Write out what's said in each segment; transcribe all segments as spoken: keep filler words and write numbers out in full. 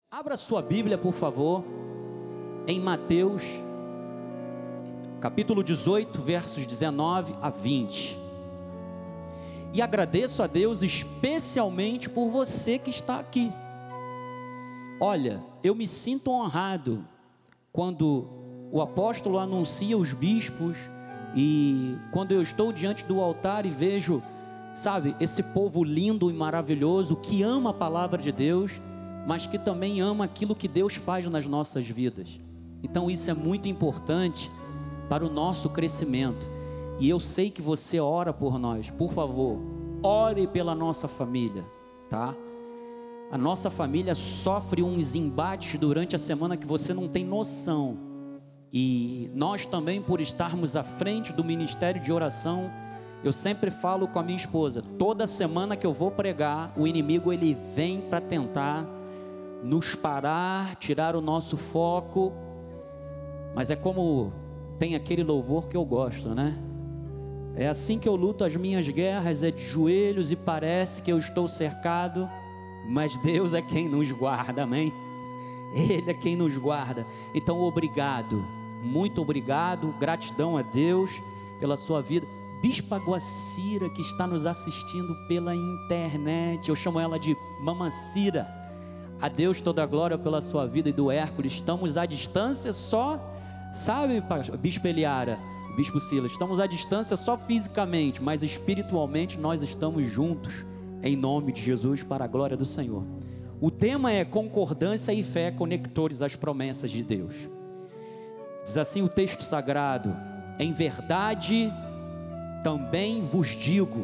Abra sua Bíblia, por favor, em Mateus, capítulo dezoito, versos dezenove a vinte. E agradeço a Deus especialmente por você que está aqui. Olha, eu me sinto honrado quando o apóstolo anuncia os bispos e quando eu estou diante do altar e vejo, sabe, esse povo lindo e maravilhoso que ama a palavra de Deus, mas que também ama aquilo que Deus faz nas nossas vidas. Então isso é muito importante para o nosso crescimento. E eu sei que você ora por nós. Por favor, ore pela nossa família, tá? A nossa família sofre uns embates durante a semana que você não tem noção. E nós também, por estarmos à frente do ministério de oração, eu sempre falo com a minha esposa, toda semana que eu vou pregar, o inimigo ele vem para tentar nos parar, tirar o nosso foco. Mas é como tem aquele louvor que eu gosto, né? É assim que eu luto as minhas guerras, é de joelhos e parece que eu estou cercado, mas Deus é quem nos guarda, amém? Ele é quem nos guarda. Então obrigado, muito obrigado, gratidão a Deus pela sua vida. Bispa Guacira, que está nos assistindo pela internet, eu chamo ela de Mamacira. A Deus toda a glória pela sua vida e do Hércules. Estamos à distância só, sabe, Bispo Eliara, Bispo Silas, estamos à distância só fisicamente, mas espiritualmente nós estamos juntos, em nome de Jesus, para a glória do Senhor. O tema é concordância e fé, conectores às promessas de Deus. Diz assim o texto sagrado: em verdade também vos digo,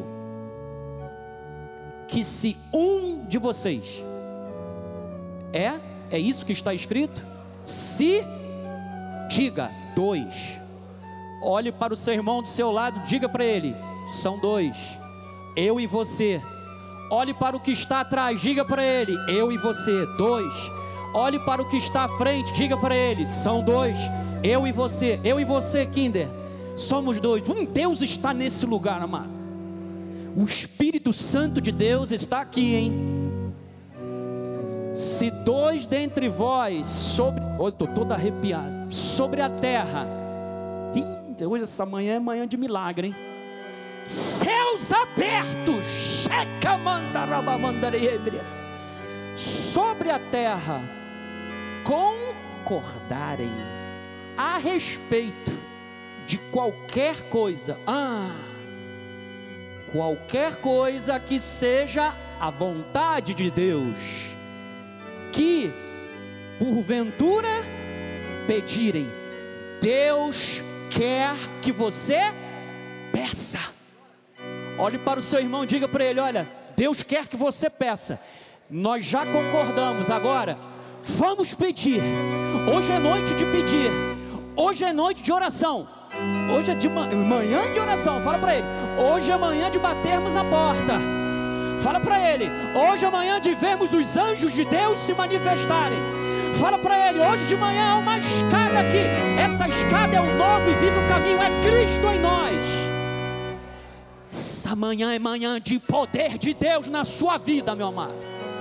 que se um de vocês, é, é isso que está escrito, se, diga, dois, olhe para o seu irmão do seu lado, diga para ele, são dois, eu e você. Olhe para o que está atrás, diga para ele, eu e você, dois. Olhe para o que está à frente, diga para ele, são dois, eu e você, eu e você, Kinder, somos dois. Um Deus está nesse lugar, amado. O Espírito Santo de Deus está aqui, hein? Se dois dentre vós, sobre, olha, estou todo arrepiado, sobre a terra, ih, hoje essa manhã é manhã de milagre, hein? Céus abertos, sobre a terra, concordarem a respeito de qualquer coisa, ah, qualquer coisa que seja a vontade de Deus, que porventura pedirem, Deus quer que você peça. Olhe para o seu irmão e diga para ele, olha, Deus quer que você peça. Nós já concordamos, agora vamos pedir. Hoje é noite de pedir, hoje é noite de oração, hoje é de ma- manhã de oração. Fala para ele, hoje é manhã de batermos a porta. Fala para ele, hoje é manhã de vermos os anjos de Deus se manifestarem. Fala para ele, hoje de manhã há uma escada aqui, essa escada é o novo e vivo caminho, é Cristo em nós. Essa manhã é manhã de poder de Deus na sua vida, meu amado.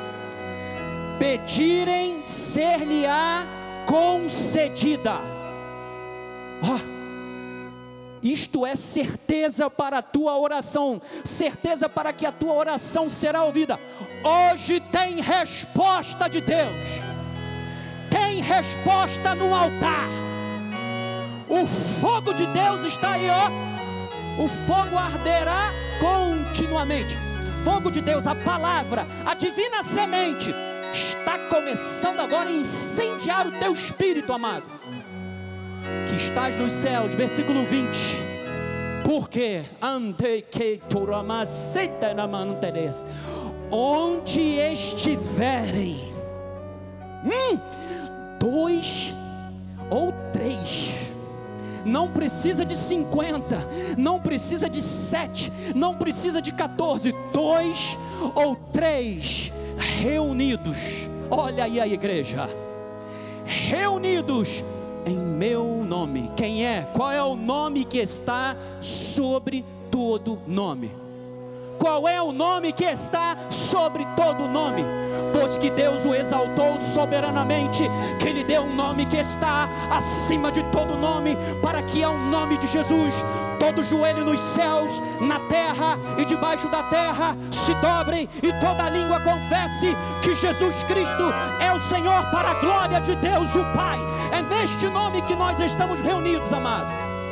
Pedirem, ser-lhe-á concedida. Oh, isto é certeza para a tua oração, certeza para que a tua oração será ouvida. Hoje tem resposta de Deus, tem resposta no altar. O fogo de Deus está aí, ó. O fogo arderá continuamente. Fogo de Deus, a palavra, a divina semente, está começando agora a incendiar o teu espírito, amado, que estás nos céus. Versículo vinte, porque andei que turamaceta na manteres, onde estiverem hum, dois ou três, não precisa de cinquenta, não precisa de sete, não precisa de quatorze, dois ou três reunidos, olha aí a igreja, reunidos em meu nome. Quem é? Qual é o nome que está sobre todo nome? Qual é o nome que está sobre todo nome? pois que Deus o exaltou soberanamente, que lhe deu um nome que está acima de todo nome, para que ao nome de Jesus todo joelho nos céus, na terra e debaixo da terra se dobrem, e toda língua confesse que Jesus Cristo é o Senhor, para a glória de Deus o Pai. É neste nome que nós estamos reunidos, amado.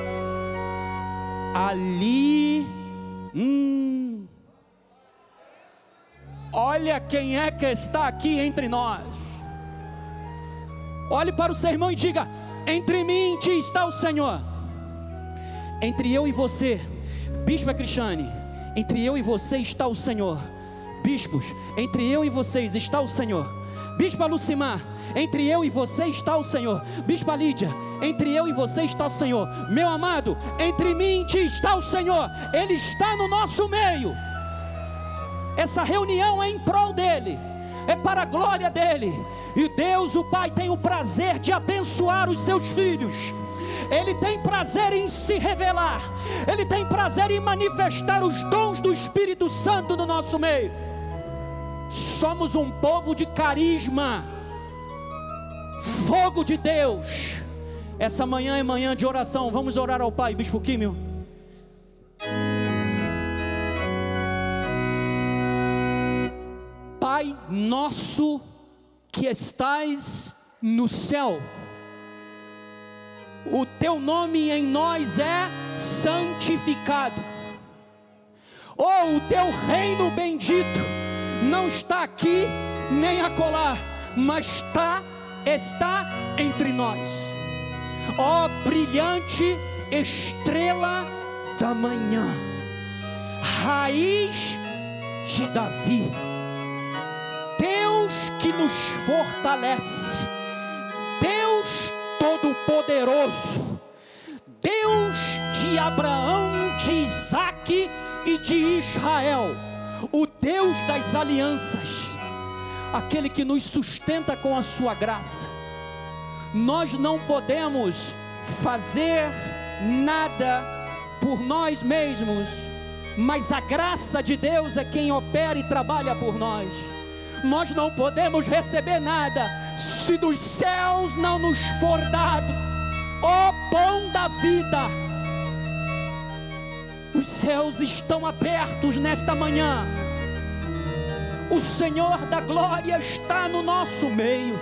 Ali, hum, olha quem é que está aqui entre nós. Olhe para o seu irmão e diga: entre mim e ti está o Senhor. Entre eu e você, Bispa Cristiane, entre eu e você está o Senhor. Bispos, entre eu e vocês está o Senhor. Bispa Lucimar, entre eu e você está o Senhor. Bispa Lídia, entre eu e você está o Senhor. Meu amado, entre mim e ti está o Senhor. Ele está no nosso meio. Essa reunião é em prol dele, é para a glória dele. E Deus o Pai tem o prazer de abençoar os seus filhos. Ele tem prazer em se revelar. Ele tem prazer em manifestar os dons do Espírito Santo no nosso meio. Somos um povo de carisma, fogo de Deus. Essa manhã é manhã de oração. Vamos orar ao Pai. Bispo Químio. Pai nosso que estais no céu, o teu nome em nós é santificado. Oh, o teu reino bendito não está aqui nem acolá, mas está, está entre nós. Ó brilhante estrela da manhã, raiz de Davi, Deus que nos fortalece, Deus Todo-Poderoso, Deus de Abraão, de Isaque e de Israel, o Deus das alianças, aquele que nos sustenta com a sua graça. Nós não podemos fazer nada por nós mesmos, mas a graça de Deus é quem opera e trabalha por nós. Nós não podemos receber nada se dos céus não nos for dado o pão da vida. Os céus estão abertos nesta manhã. O Senhor da glória está no nosso meio.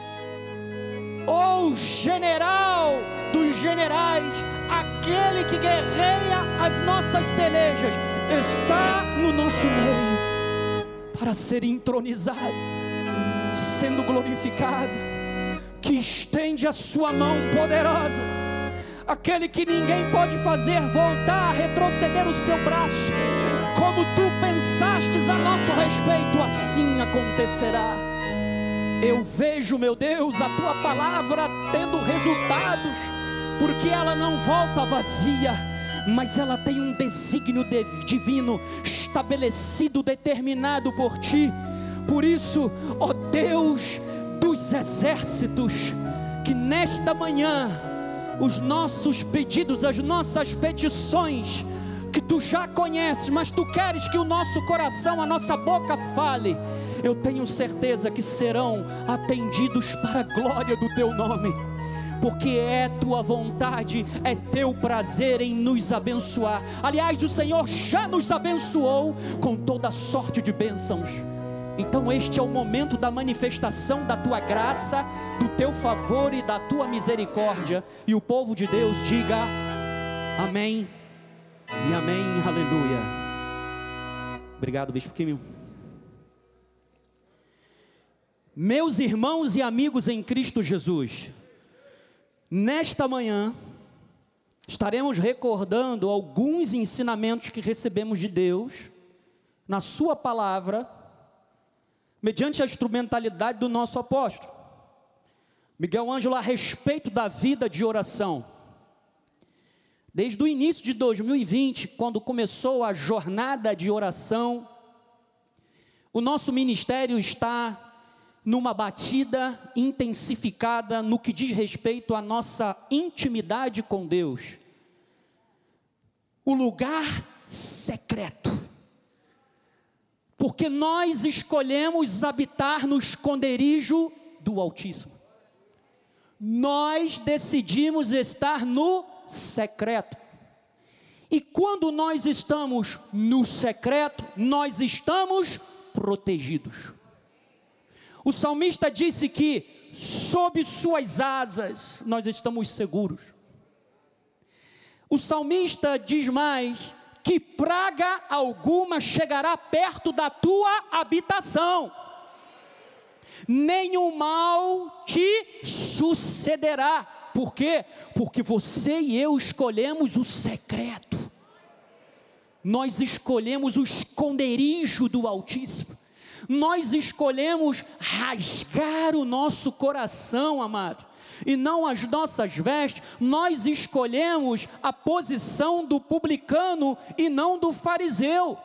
O general dos generais, aquele que guerreia as nossas pelejas, está no nosso meio, para ser entronizado, sendo glorificado, que estende a sua mão poderosa, aquele que ninguém pode fazer voltar, retroceder o seu braço. Como tu pensastes a nosso respeito, assim acontecerá. Eu vejo, meu Deus, a tua palavra tendo resultados, porque ela não volta vazia, mas ela tem um desígnio divino, estabelecido, determinado por ti. Por isso, ó Deus dos exércitos, que nesta manhã, os nossos pedidos, as nossas petições, que tu já conheces, mas tu queres que o nosso coração, a nossa boca fale, eu tenho certeza que serão atendidos para a glória do teu nome, porque é tua vontade, é teu prazer em nos abençoar. Aliás, o Senhor já nos abençoou com toda sorte de bênçãos. Então este é o momento da manifestação da tua graça, do teu favor e da tua misericórdia. E o povo de Deus diga amém e amém, aleluia. Obrigado, Bispo Químio. Meus irmãos e amigos em Cristo Jesus, nesta manhã estaremos recordando alguns ensinamentos que recebemos de Deus na sua palavra, mediante a instrumentalidade do nosso apóstolo Miguel Ângelo, a respeito da vida de oração. Desde o início de dois mil e vinte, quando começou a jornada de oração, o nosso ministério está numa batida intensificada no que diz respeito à nossa intimidade com Deus. O lugar secreto. porque nós escolhemos habitar no esconderijo do Altíssimo. Nós decidimos estar no secreto. E quando nós estamos no secreto, nós estamos protegidos. O salmista disse que sob suas asas nós estamos seguros. O salmista diz mais, que praga alguma chegará perto da tua habitação, nenhum mal te sucederá. Por quê? Porque você e eu escolhemos o secreto, nós escolhemos o esconderijo do Altíssimo, nós escolhemos rasgar o nosso coração, amado, e não as nossas vestes. Nós escolhemos a posição do publicano e não do fariseu.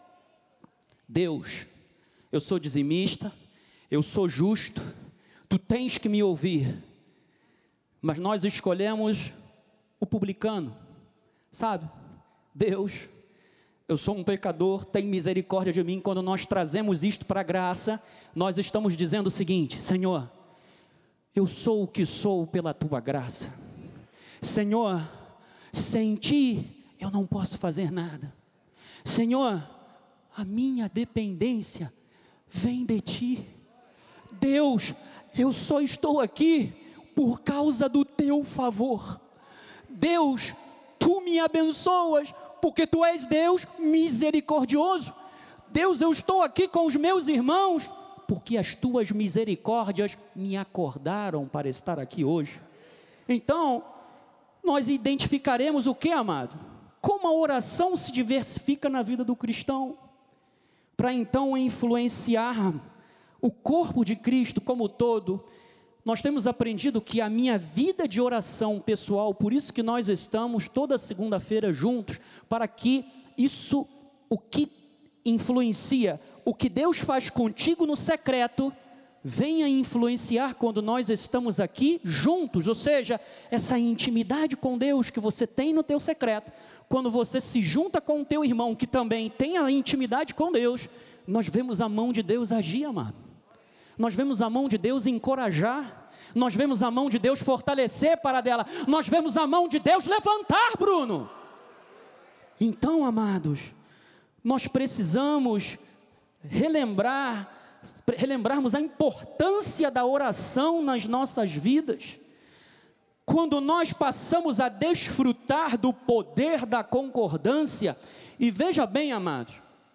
Deus, eu sou dizimista, eu sou justo, tu tens que me ouvir, mas nós escolhemos o publicano, sabe? Deus, eu sou um pecador, tem misericórdia de mim. Quando nós trazemos isto para a graça, nós estamos dizendo o seguinte: Senhor, eu sou o que sou pela tua graça. Senhor, sem ti eu não posso fazer nada. Senhor, a minha dependência vem de ti. Deus, eu só estou aqui por causa do teu favor. Deus, tu me abençoas, porque tu és Deus misericordioso. Deus, eu estou aqui com os meus irmãos, porque as tuas misericórdias me acordaram para estar aqui hoje. Então, nós identificaremos o que, amado? Como a oração se diversifica na vida do cristão, para então influenciar o corpo de Cristo como um todo. Nós temos aprendido que a minha vida de oração pessoal, por isso que nós estamos toda segunda-feira juntos, para que isso, o que influencia, o que Deus faz contigo no secreto, venha influenciar quando nós estamos aqui juntos. Ou seja, essa intimidade com Deus que você tem no teu secreto, quando você se junta com o teu irmão que também tem a intimidade com Deus, nós vemos a mão de Deus agir, amado. Nós vemos a mão de Deus encorajar, nós vemos a mão de Deus fortalecer para dela, nós vemos a mão de Deus levantar, Bruno. Então, amados, nós precisamos relembrar, relembrarmos a importância da oração nas nossas vidas. Quando nós passamos a desfrutar do poder da concordância, e veja bem, amados,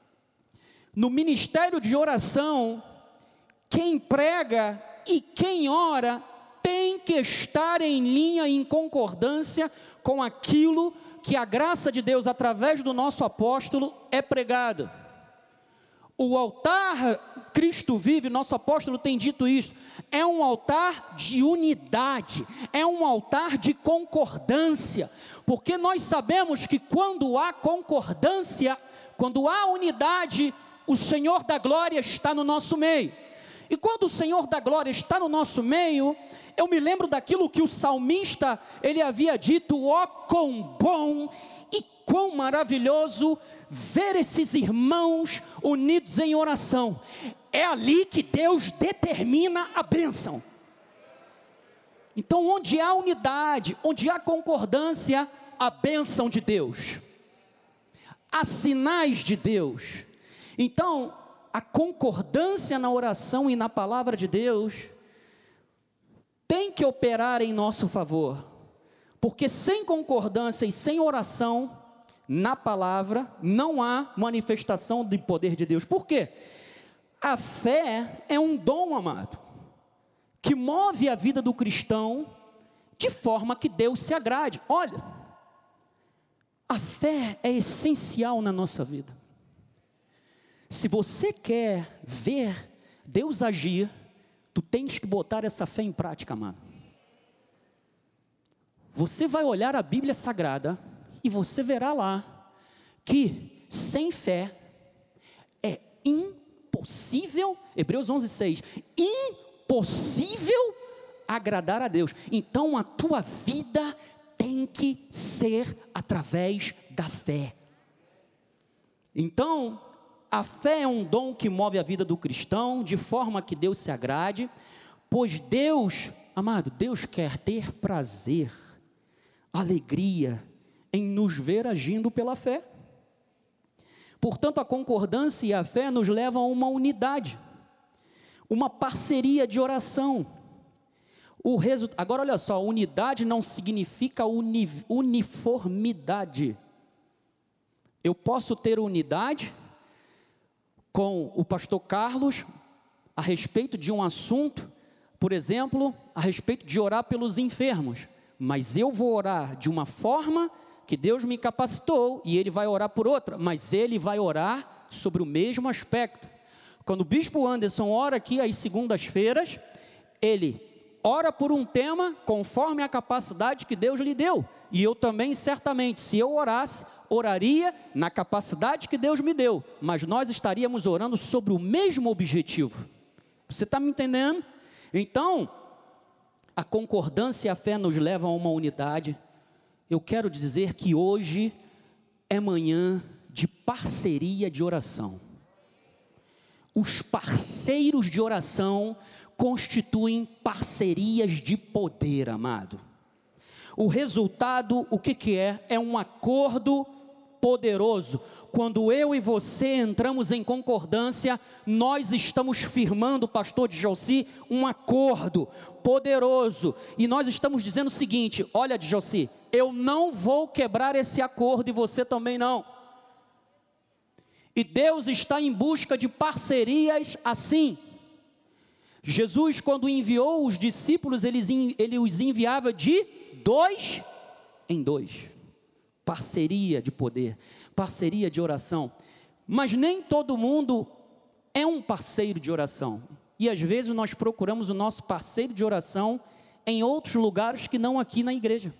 no ministério de oração, quem prega e quem ora tem que estar em linha, em concordância com aquilo que a graça de Deus, através do nosso apóstolo, é pregada. O altar Cristo vive, nosso apóstolo tem dito isso, é um altar de unidade, é um altar de concordância, porque nós sabemos que quando há concordância, quando há unidade, o Senhor da glória está no nosso meio. E quando o Senhor da glória está no nosso meio, eu me lembro daquilo que o salmista, ele havia dito: ó, quão bom e quão maravilhoso ver esses irmãos unidos em oração. É ali que Deus determina a bênção. Então, onde há unidade, onde há concordância, a bênção de Deus, há sinais de Deus. Então, a concordância na oração e na palavra de Deus tem que operar em nosso favor, porque sem concordância e sem oração na palavra não há manifestação do poder de Deus. Por quê? A fé é um dom, amado, que move a vida do cristão de forma que Deus se agrade. Olha, a fé é essencial na nossa vida. Se você quer ver Deus agir, tu tens que botar essa fé em prática, amado. Você vai olhar a Bíblia Sagrada e você verá lá que sem fé é impossível, Hebreus onze, seis, impossível agradar a Deus. Então a tua vida tem que ser através da fé. Então, a fé é um dom que move a vida do cristão, de forma que Deus se agrade, pois Deus, amado, Deus quer ter prazer, alegria em nos ver agindo pela fé. Portanto, a concordância e a fé nos levam a uma unidade, uma parceria de oração. O resu... Agora olha só, unidade não significa uni... uniformidade. Eu posso ter unidade com o pastor Carlos a respeito de um assunto, por exemplo, a respeito de orar pelos enfermos, mas eu vou orar de uma forma que Deus me capacitou, e ele vai orar por outra, mas ele vai orar sobre o mesmo aspecto. Quando o bispo Anderson ora aqui às segundas-feiras, ele ora por um tema conforme a capacidade que Deus lhe deu, e eu também certamente, se eu orasse, oraria na capacidade que Deus me deu, mas nós estaríamos orando sobre o mesmo objetivo. Você está me entendendo? Então, a concordância e a fé nos levam a uma unidade. Eu quero dizer que hoje é manhã de parceria de oração. Os parceiros de oração constituem parcerias de poder, amado. O resultado, o que que é? É um acordo poderoso. Quando eu e você entramos em concordância, nós estamos firmando, pastor Djalci, um acordo poderoso. E nós estamos dizendo o seguinte: olha, Djalci, eu não vou quebrar esse acordo e você também não. E Deus está em busca de parcerias assim. Jesus, quando enviou os discípulos, ele, ele os enviava de dois em dois. Parceria de poder, parceria de oração. Mas nem todo mundo é um parceiro de oração. E às vezes nós procuramos o nosso parceiro de oração em outros lugares que não aqui na igreja.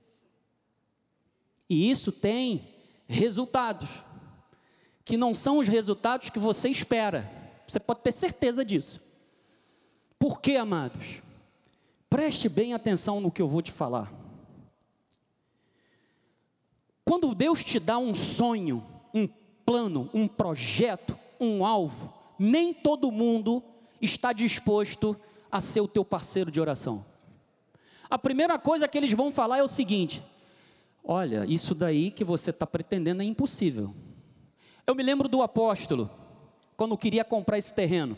E isso tem resultados, que não são os resultados que você espera. Você pode ter certeza disso. Por quê, amados? Preste bem atenção no que eu vou te falar. Quando Deus te dá um sonho, um plano, um projeto, um alvo, nem todo mundo está disposto a ser o teu parceiro de oração. A primeira coisa que eles vão falar é o seguinte: olha, isso daí que você está pretendendo é impossível. Eu me lembro do apóstolo, quando queria comprar esse terreno.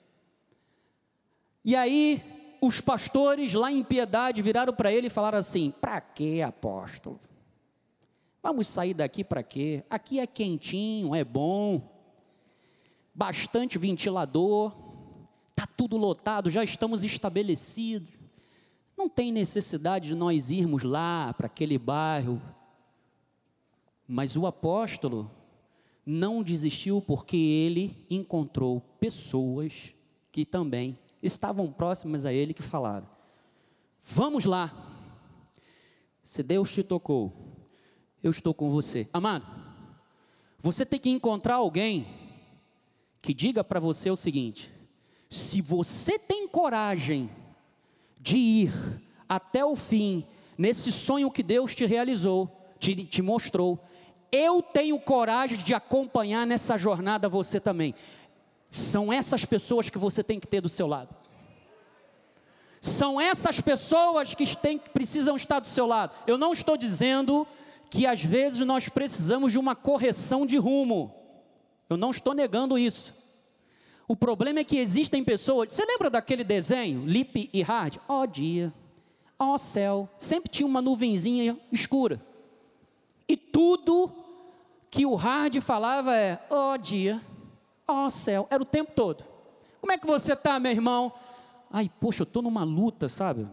E aí, os pastores lá em Piedade viraram para ele e falaram assim: para que, apóstolo? Vamos sair daqui para quê? Aqui é quentinho, é bom, bastante ventilador, está tudo lotado, já estamos estabelecidos. Não tem necessidade de nós irmos lá para aquele bairro. Mas o apóstolo não desistiu, porque ele encontrou pessoas que também estavam próximas a ele, que falaram: vamos lá, se Deus te tocou, eu estou com você. Amado, você tem que encontrar alguém que diga para você o seguinte: se você tem coragem de ir até o fim, nesse sonho que Deus te realizou, te, te mostrou, eu tenho coragem de acompanhar nessa jornada você também. São essas pessoas que você tem que ter do seu lado. São essas pessoas que, tem, que precisam estar do seu lado. Eu não estou dizendo que às vezes nós precisamos de uma correção de rumo. Eu não estou negando isso. O problema é que existem pessoas... Você lembra daquele desenho, Lip e Hard? Ó dia, ó céu, sempre tinha uma nuvenzinha escura. E tudo que o Hard falava é: ó dia, ó céu, era o tempo todo. Como é que você está, meu irmão? Ai, poxa, eu estou numa luta, sabe?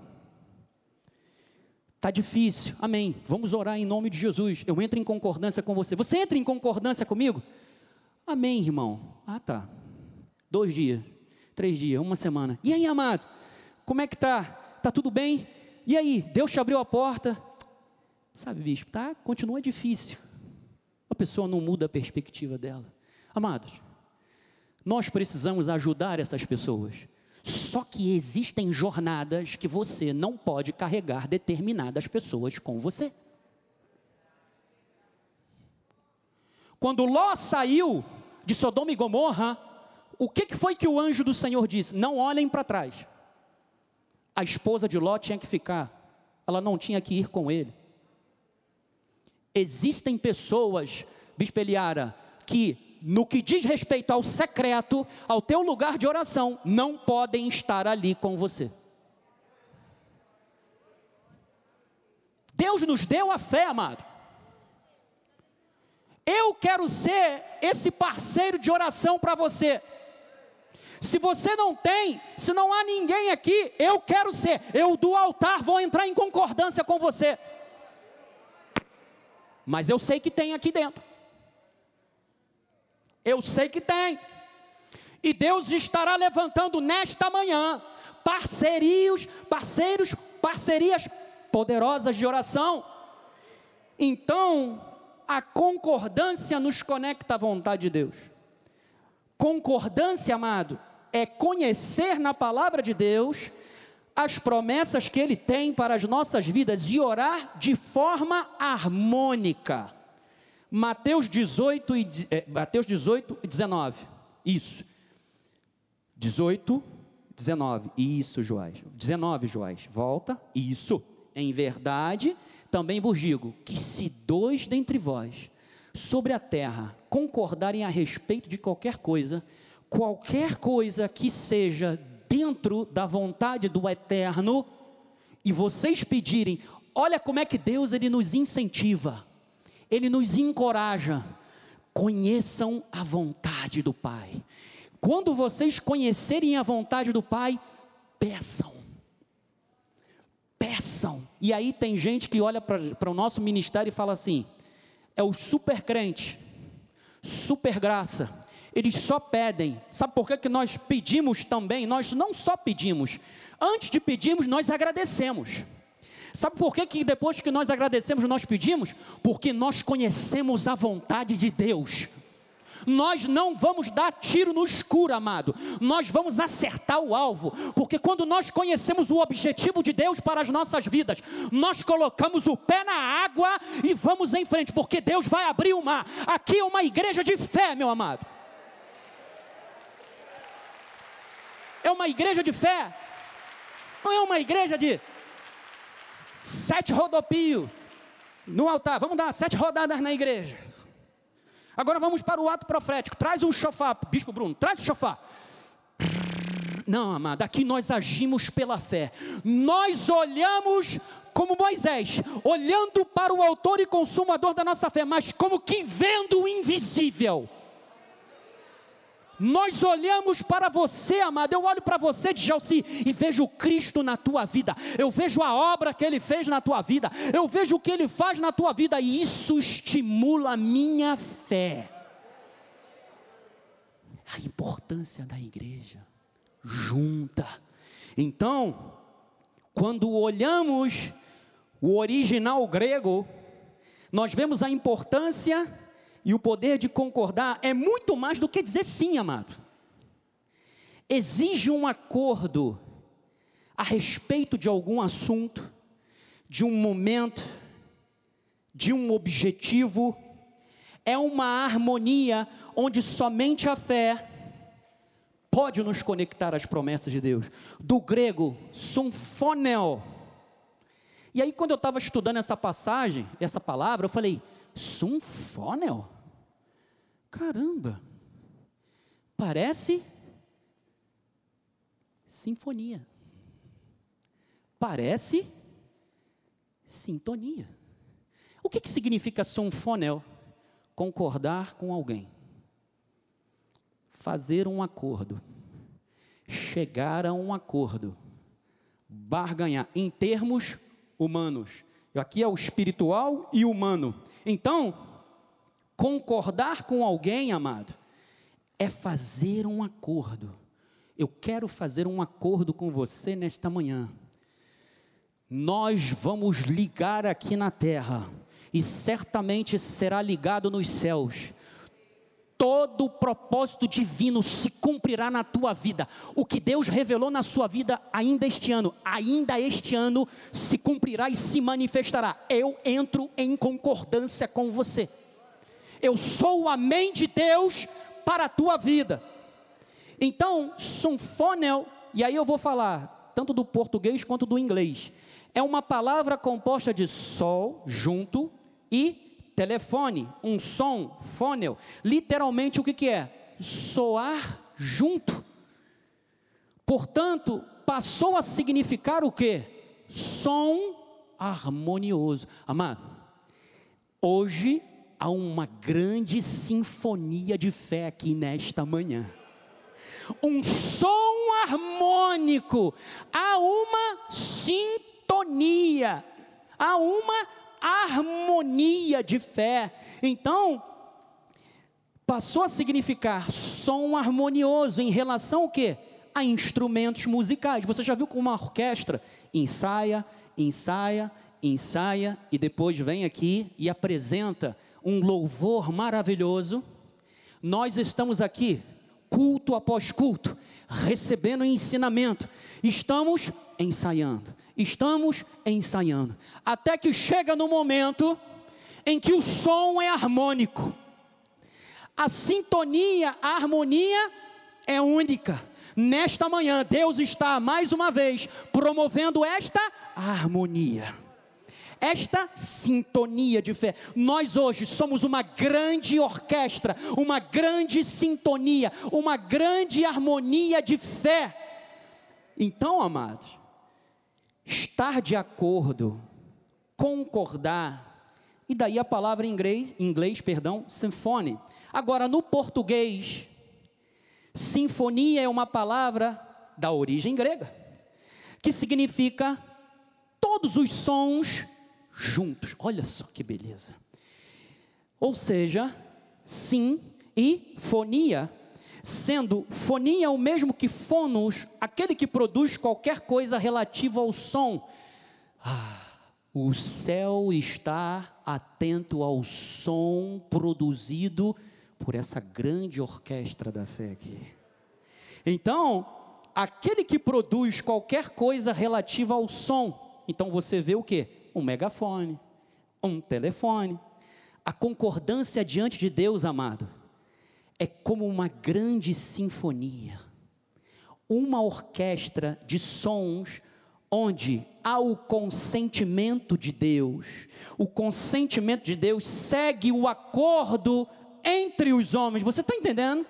Está difícil, amém, vamos orar em nome de Jesus, eu entro em concordância com você. Você entra em concordância comigo? Amém, irmão. Ah, tá. Dois dias, três dias, uma semana. E aí, amado, como é que tá? Tá tudo bem? E aí, Deus te abriu a porta? Sabe, bispo, tá? Continua difícil. A pessoa não muda a perspectiva dela. Amados, nós precisamos ajudar essas pessoas. Só que existem jornadas que você não pode carregar determinadas pessoas com você. Quando Ló saiu de Sodoma e Gomorra, o que que foi que o anjo do Senhor disse? Não olhem para trás. A esposa de Ló tinha que ficar, ela não tinha que ir com ele. Existem pessoas, Bispo Eliara, que no que diz respeito ao secreto, ao teu lugar de oração, não podem estar ali com você. Deus nos deu a fé, amado. Eu quero ser esse parceiro de oração para você. Se você não tem, se não há ninguém aqui, eu quero ser. Eu do altar vou entrar em concordância com você. Mas eu sei que tem aqui dentro. Eu sei que tem. E Deus estará levantando nesta manhã parcerios, parceiros, parcerias poderosas de oração. Então, a concordância nos conecta à vontade de Deus. Concordância, amado, é conhecer na palavra de Deus as promessas que Ele tem para as nossas vidas e orar de forma harmônica. Mateus dezoito, e, é, Mateus dezoito e dezenove, isso, dezoito, dezenove, isso Joás, dezenove Joás, volta, isso, em verdade, também vos digo, que se dois dentre vós, sobre a terra, concordarem a respeito de qualquer coisa, qualquer coisa que seja dentro da vontade do Eterno, e vocês pedirem, olha como é que Deus ele nos incentiva, Ele nos encoraja, conheçam a vontade do Pai. Quando vocês conhecerem a vontade do Pai, peçam, peçam, e aí tem gente que olha para o nosso ministério e fala assim, é o super crente, super graça, eles só pedem, sabe por que que nós pedimos também? Nós não só pedimos, antes de pedirmos nós agradecemos. Sabe por que que depois que nós agradecemos, nós pedimos? Porque nós conhecemos a vontade de Deus. Nós não vamos dar tiro no escuro, amado. Nós vamos acertar o alvo. Porque quando nós conhecemos o objetivo de Deus para as nossas vidas, nós colocamos o pé na água e vamos em frente. Porque Deus vai abrir o mar. Aqui é uma igreja de fé, meu amado. É uma igreja de fé. Não é uma igreja de sete rodopios no altar. Vamos dar sete rodadas na igreja. Agora vamos para o ato profético. Traz um chofar, Bispo Bruno, traz o chofar. Não, amado, aqui nós agimos pela fé. Nós olhamos como Moisés, olhando para o autor e consumador da nossa fé, mas como que vendo o invisível. Nós olhamos para você, amado, eu olho para você, Djalci, e vejo Cristo na tua vida, eu vejo a obra que Ele fez na tua vida, eu vejo o que Ele faz na tua vida, e isso estimula a minha fé. A importância da igreja, junta. Então, quando olhamos o original grego, nós vemos a importância e o poder de concordar é muito mais do que dizer sim, amado. Exige um acordo a respeito de algum assunto, de um momento, de um objetivo. É uma harmonia onde somente a fé pode nos conectar às promessas de Deus. Do grego, symphoneo. E aí quando eu estava estudando essa passagem, essa palavra, eu falei, symphoneo? Caramba, parece sinfonia, parece sintonia. O que que significa symphoneo? Concordar com alguém, fazer um acordo, chegar a um acordo, barganhar em termos humanos. Aqui é o espiritual e humano. Então, concordar com alguém, amado, é fazer um acordo. Eu quero fazer um acordo com você nesta manhã. Nós vamos ligar aqui na terra, e certamente será ligado nos céus. Todo o propósito divino se cumprirá na tua vida. O que Deus revelou na sua vida ainda este ano, ainda este ano se cumprirá e se manifestará. Eu entro em concordância com você. Eu sou o amém de Deus para a tua vida. Então, sinfônio, e aí eu vou falar tanto do português quanto do inglês, é uma palavra composta de sol, junto, e telefone, um som, fônel. Literalmente o que, que é? Soar junto. Portanto, passou a significar o quê? Som harmonioso. Amado, hoje há uma grande sinfonia de fé aqui nesta manhã. Um som harmônico, há uma sintonia, há uma harmonia de fé. Então, passou a significar som harmonioso em relação ao quê? A instrumentos musicais. Você já viu como uma orquestra ensaia, ensaia, ensaia e depois vem aqui e apresenta um louvor maravilhoso? Nós estamos aqui, culto após culto, recebendo ensinamento, estamos ensaiando, estamos ensaiando, até que chega no momento em que o som é harmônico, a sintonia, a harmonia é única. Nesta manhã, Deus está mais uma vez promovendo esta harmonia, esta sintonia de fé. Nós hoje somos uma grande orquestra, uma grande sintonia, uma grande harmonia de fé. Então, amados, estar de acordo, concordar, e daí a palavra em inglês, em inglês, perdão, symphony. Agora, no português, sinfonia é uma palavra da origem grega, que significa todos os sons juntos. Olha só que beleza. Ou seja, sim e fonia, sendo fonia o mesmo que fonos, aquele que produz qualquer coisa relativa ao som. Ah, o céu está atento ao som produzido por essa grande orquestra da fé aqui. Então, aquele que produz qualquer coisa relativa ao som, então você vê o quê? Um megafone, um telefone. A concordância diante de Deus, amado, é como uma grande sinfonia, uma orquestra de sons, onde há o consentimento de Deus. O consentimento de Deus segue o acordo entre os homens. Você está entendendo?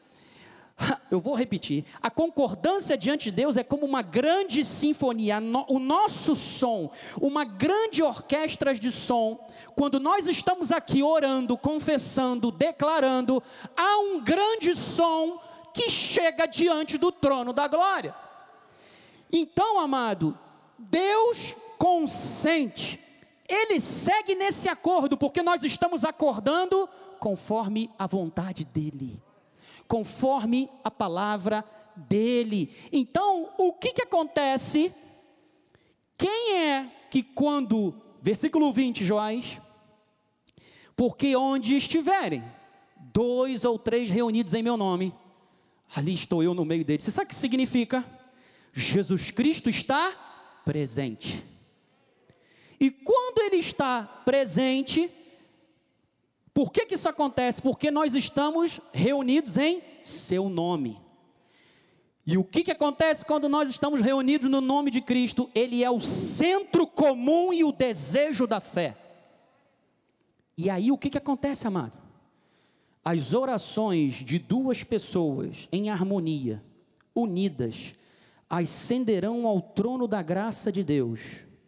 Eu vou repetir. A concordância diante de Deus é como uma grande sinfonia. O nosso som, uma grande orquestra de som. Quando nós estamos aqui orando, confessando, declarando, há um grande som que chega diante do trono da glória. Então, amado, Deus consente. Ele segue nesse acordo, porque nós estamos acordando conforme a vontade dEle, conforme a palavra dEle. Então, o que que acontece? Quem é que quando, versículo vinte, Joás, porque onde estiverem dois ou três reunidos em meu nome, ali estou eu no meio deles. Você sabe o que significa? Jesus Cristo está presente. E quando Ele está presente, por que que isso acontece? Porque nós estamos reunidos em seu nome. E o que que acontece quando nós estamos reunidos no nome de Cristo? Ele é o centro comum e o desejo da fé. E aí o que que acontece, amado? As orações de duas pessoas em harmonia, unidas, ascenderão ao trono da graça de Deus.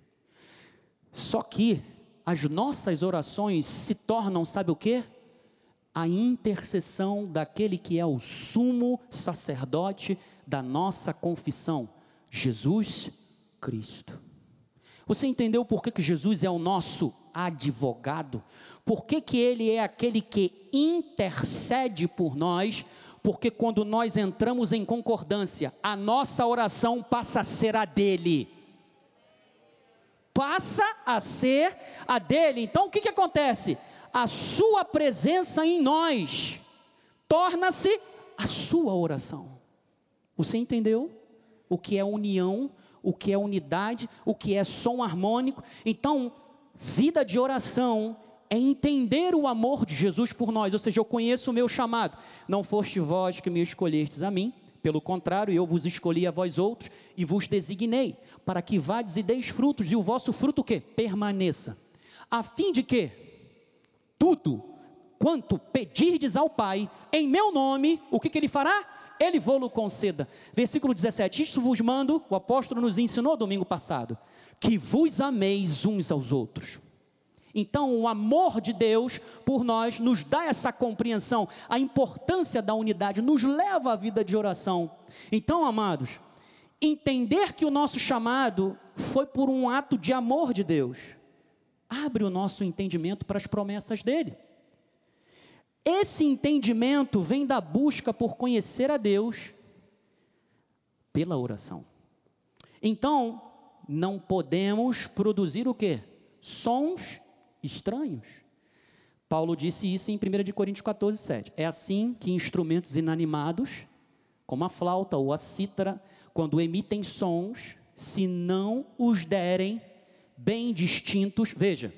Só que as nossas orações se tornam, sabe o quê? A intercessão daquele que é o sumo sacerdote da nossa confissão, Jesus Cristo. Você entendeu por que que Jesus é o nosso advogado? Por que que Ele é aquele que intercede por nós? Porque quando nós entramos em concordância, a nossa oração passa a ser a dele. Passa a ser a dele. Então o que que acontece? A sua presença em nós torna-se a sua oração. Você entendeu o que é união, o que é unidade, o que é som harmônico? Então, vida de oração é entender o amor de Jesus por nós, ou seja, eu conheço o meu chamado. Não foste vós que me escolhestes a mim, pelo contrário, eu vos escolhi a vós outros e vos designei, para que vades e deis frutos, e o vosso fruto o quê? Permaneça. A fim de que tudo quanto pedirdes ao Pai, em meu nome, o que, que Ele fará? Ele vô-lo conceda. Versículo dezessete, isto vos mando, o apóstolo nos ensinou domingo passado, que vos ameis uns aos outros. Então o amor de Deus por nós nos dá essa compreensão, a importância da unidade, nos leva à vida de oração. Então, amados, entender que o nosso chamado foi por um ato de amor de Deus, abre o nosso entendimento para as promessas dEle. Esse entendimento vem da busca por conhecer a Deus pela oração. Então, não podemos produzir o quê? Sons estranhos. Paulo disse isso em primeira de Coríntios quatorze, sete. É assim que instrumentos inanimados, como a flauta ou a cítara, quando emitem sons, se não os derem bem distintos, veja,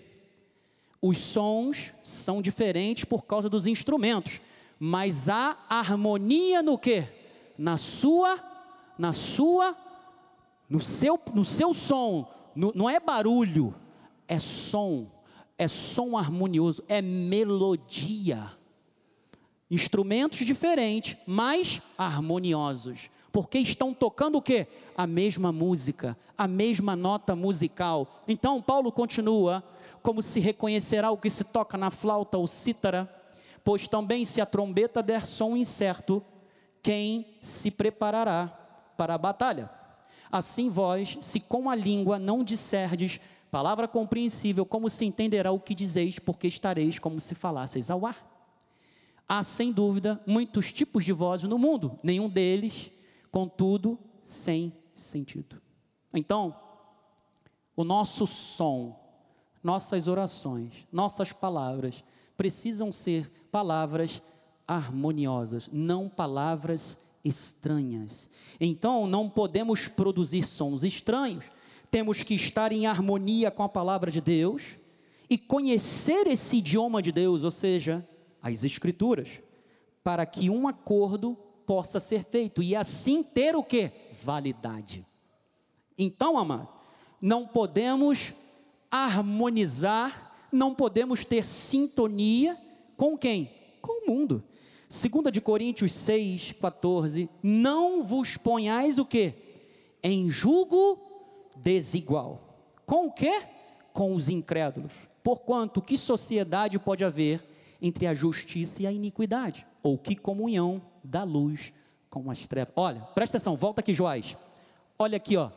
os sons são diferentes por causa dos instrumentos, mas há harmonia no quê? Na sua, na sua, no seu, no seu som, no, não é barulho, é som, é som harmonioso, é melodia. Instrumentos diferentes, mas harmoniosos, porque estão tocando o quê? A mesma música, a mesma nota musical. Então Paulo continua, como se reconhecerá o que se toca na flauta ou cítara, pois também se a trombeta der som incerto, quem se preparará para a batalha? Assim vós, se com a língua não disserdes palavra compreensível, como se entenderá o que dizeis, porque estareis como se falasseis ao ar. Há, sem dúvida, muitos tipos de vozes no mundo, nenhum deles, contudo, sem sentido. Então, o nosso som, nossas orações, nossas palavras, precisam ser palavras harmoniosas, não palavras estranhas. Então, não podemos produzir sons estranhos, temos que estar em harmonia com a palavra de Deus, e conhecer esse idioma de Deus, ou seja, as Escrituras, para que um acordo possa ser feito, e assim ter o quê? Validade. Então, amado, não podemos harmonizar, não podemos ter sintonia com quem? Com o mundo. Segunda de Coríntios seis, quatorze, não vos ponhais o quê? Em julgo desigual. Com o quê? Com os incrédulos. Porquanto, que sociedade pode haver entre a justiça e a iniquidade? Ou que comunhão da luz com as trevas? Olha, presta atenção, volta aqui, Joás. Olha aqui, ó.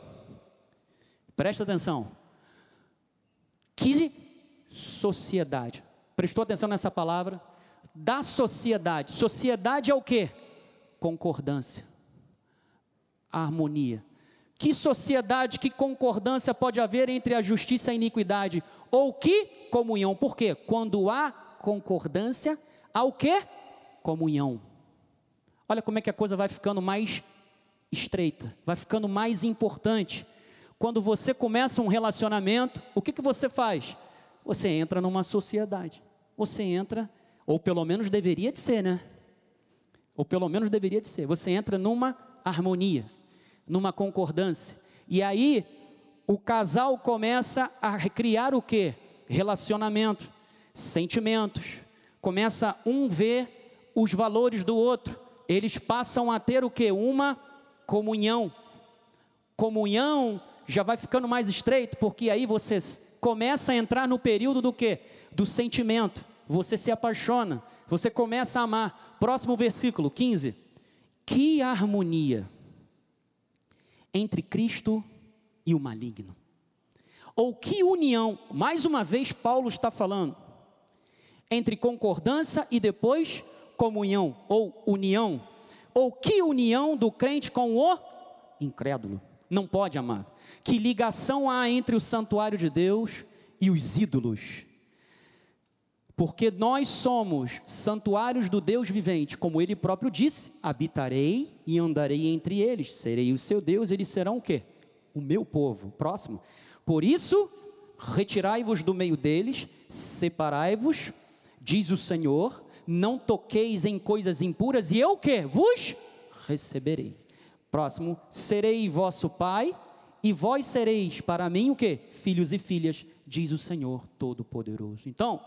Presta atenção. Que sociedade? Prestou atenção nessa palavra? Da sociedade. Sociedade é o quê? Concordância. Harmonia. Que sociedade, que concordância pode haver entre a justiça e a iniquidade? Ou que comunhão? Por quê? Quando há concordância, há o quê? Comunhão. Olha como é que a coisa vai ficando mais estreita, vai ficando mais importante. Quando você começa um relacionamento, o que, que você faz? Você entra numa sociedade. Você entra, ou pelo menos deveria de ser, né? Ou pelo menos deveria de ser. Você entra numa harmonia, numa concordância. E aí, o casal começa a criar o quê? Relacionamento, sentimentos. Começa um ver os valores do outro. Eles passam a ter o quê? Uma comunhão. Comunhão já vai ficando mais estreito, porque aí você começa a entrar no período do quê? Do sentimento. Você se apaixona, você começa a amar. Próximo versículo, quinze. Que harmonia entre Cristo e o maligno. Ou que união, mais uma vez Paulo está falando, entre concordância e depois comunhão, ou união. Ou que união do crente com o incrédulo. Não pode, amar. Que ligação há entre o santuário de Deus e os ídolos? Porque nós somos santuários do Deus vivente, como Ele próprio disse, habitarei e andarei entre eles, serei o seu Deus, eles serão o quê? O meu povo. Próximo. Por isso, retirai-vos do meio deles, separai-vos, diz o Senhor, não toqueis em coisas impuras, e eu o quê? Vos receberei. Próximo, serei vosso pai, e vós sereis para mim o quê? Filhos e filhas, diz o Senhor Todo-Poderoso. Então,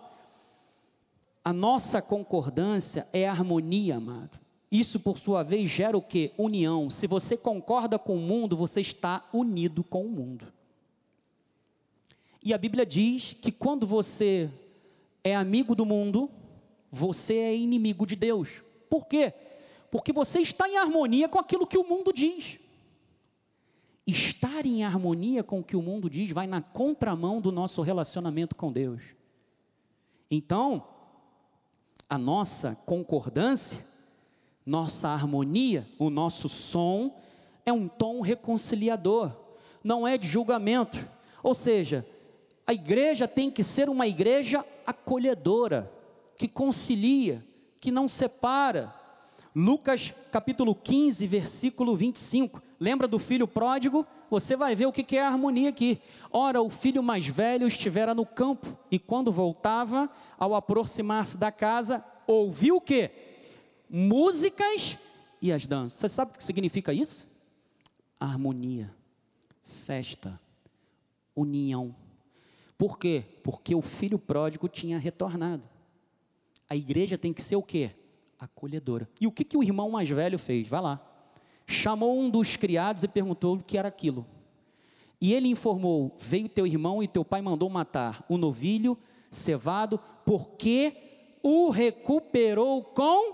a nossa concordância é harmonia, amado. Isso, por sua vez, gera o quê? União. Se você concorda com o mundo, você está unido com o mundo. E a Bíblia diz que quando você é amigo do mundo, você é inimigo de Deus. Por quê? Porque você está em harmonia com aquilo que o mundo diz. Estar em harmonia com o que o mundo diz vai na contramão do nosso relacionamento com Deus. Então, a nossa concordância, nossa harmonia, o nosso som, é um tom reconciliador, não é de julgamento. Ou seja, a igreja tem que ser uma igreja acolhedora, que concilia, que não separa. Lucas capítulo quinze, versículo vinte e cinco, lembra do filho pródigo? Você vai ver o que é a harmonia aqui. Ora, o filho mais velho estivera no campo, e quando voltava, ao aproximar-se da casa, ouviu o quê? Músicas e as danças. Você sabe o que significa isso? Harmonia, festa, união. Por quê? Porque o filho pródigo tinha retornado. A igreja tem que ser o quê? Acolhedora. E o que, que o irmão mais velho fez? Vai lá. Chamou um dos criados e perguntou o que era aquilo. E ele informou: veio teu irmão e teu pai mandou matar o novilho cevado, porque o recuperou com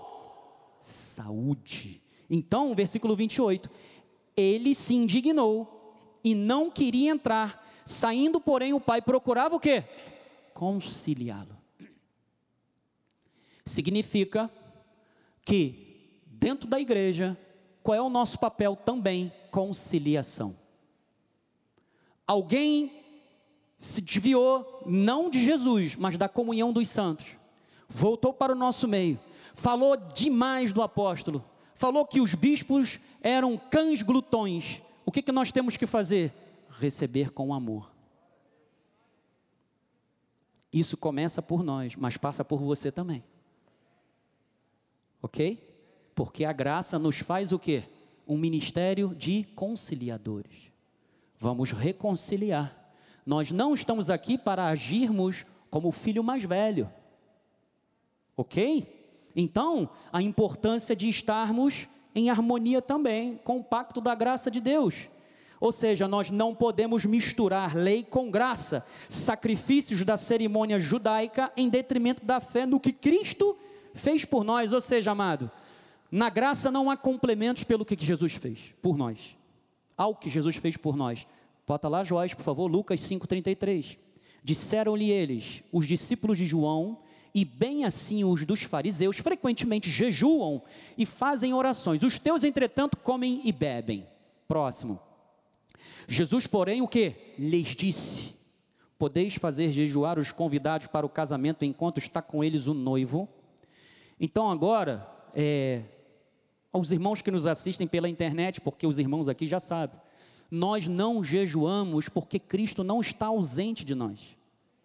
saúde. Então, versículo vinte e oito, ele se indignou e não queria entrar. Saindo, porém, o pai procurava o quê? Conciliá-lo. Significa que dentro da igreja, qual é o nosso papel também? Conciliação. Alguém se desviou, não de Jesus, mas da comunhão dos santos, voltou para o nosso meio, falou demais do apóstolo, falou que os bispos eram cães glutões. O que, que nós temos que fazer? Receber com amor. Isso começa por nós, mas passa por você também. Ok? Porque a graça nos faz o quê? Um ministério de conciliadores. Vamos reconciliar. Nós não estamos aqui para agirmos como o filho mais velho. Ok? Então, a importância de estarmos em harmonia também com o pacto da graça de Deus. Ou seja, nós não podemos misturar lei com graça, sacrifícios da cerimônia judaica em detrimento da fé no que Cristo fez por nós. Ou seja, amado, na graça não há complementos pelo que Jesus fez por nós. Ao que Jesus fez por nós. Bota lá, Joás, por favor, Lucas cinco, trinta e três. Disseram-lhe eles, os discípulos de João, e bem assim os dos fariseus, frequentemente jejuam e fazem orações. Os teus, entretanto, comem e bebem. Próximo. Jesus, porém, o que? Lhes disse: podeis fazer jejuar os convidados para o casamento enquanto está com eles o noivo? Então agora, é, aos irmãos que nos assistem pela internet, porque os irmãos aqui já sabem, nós não jejuamos porque Cristo não está ausente de nós.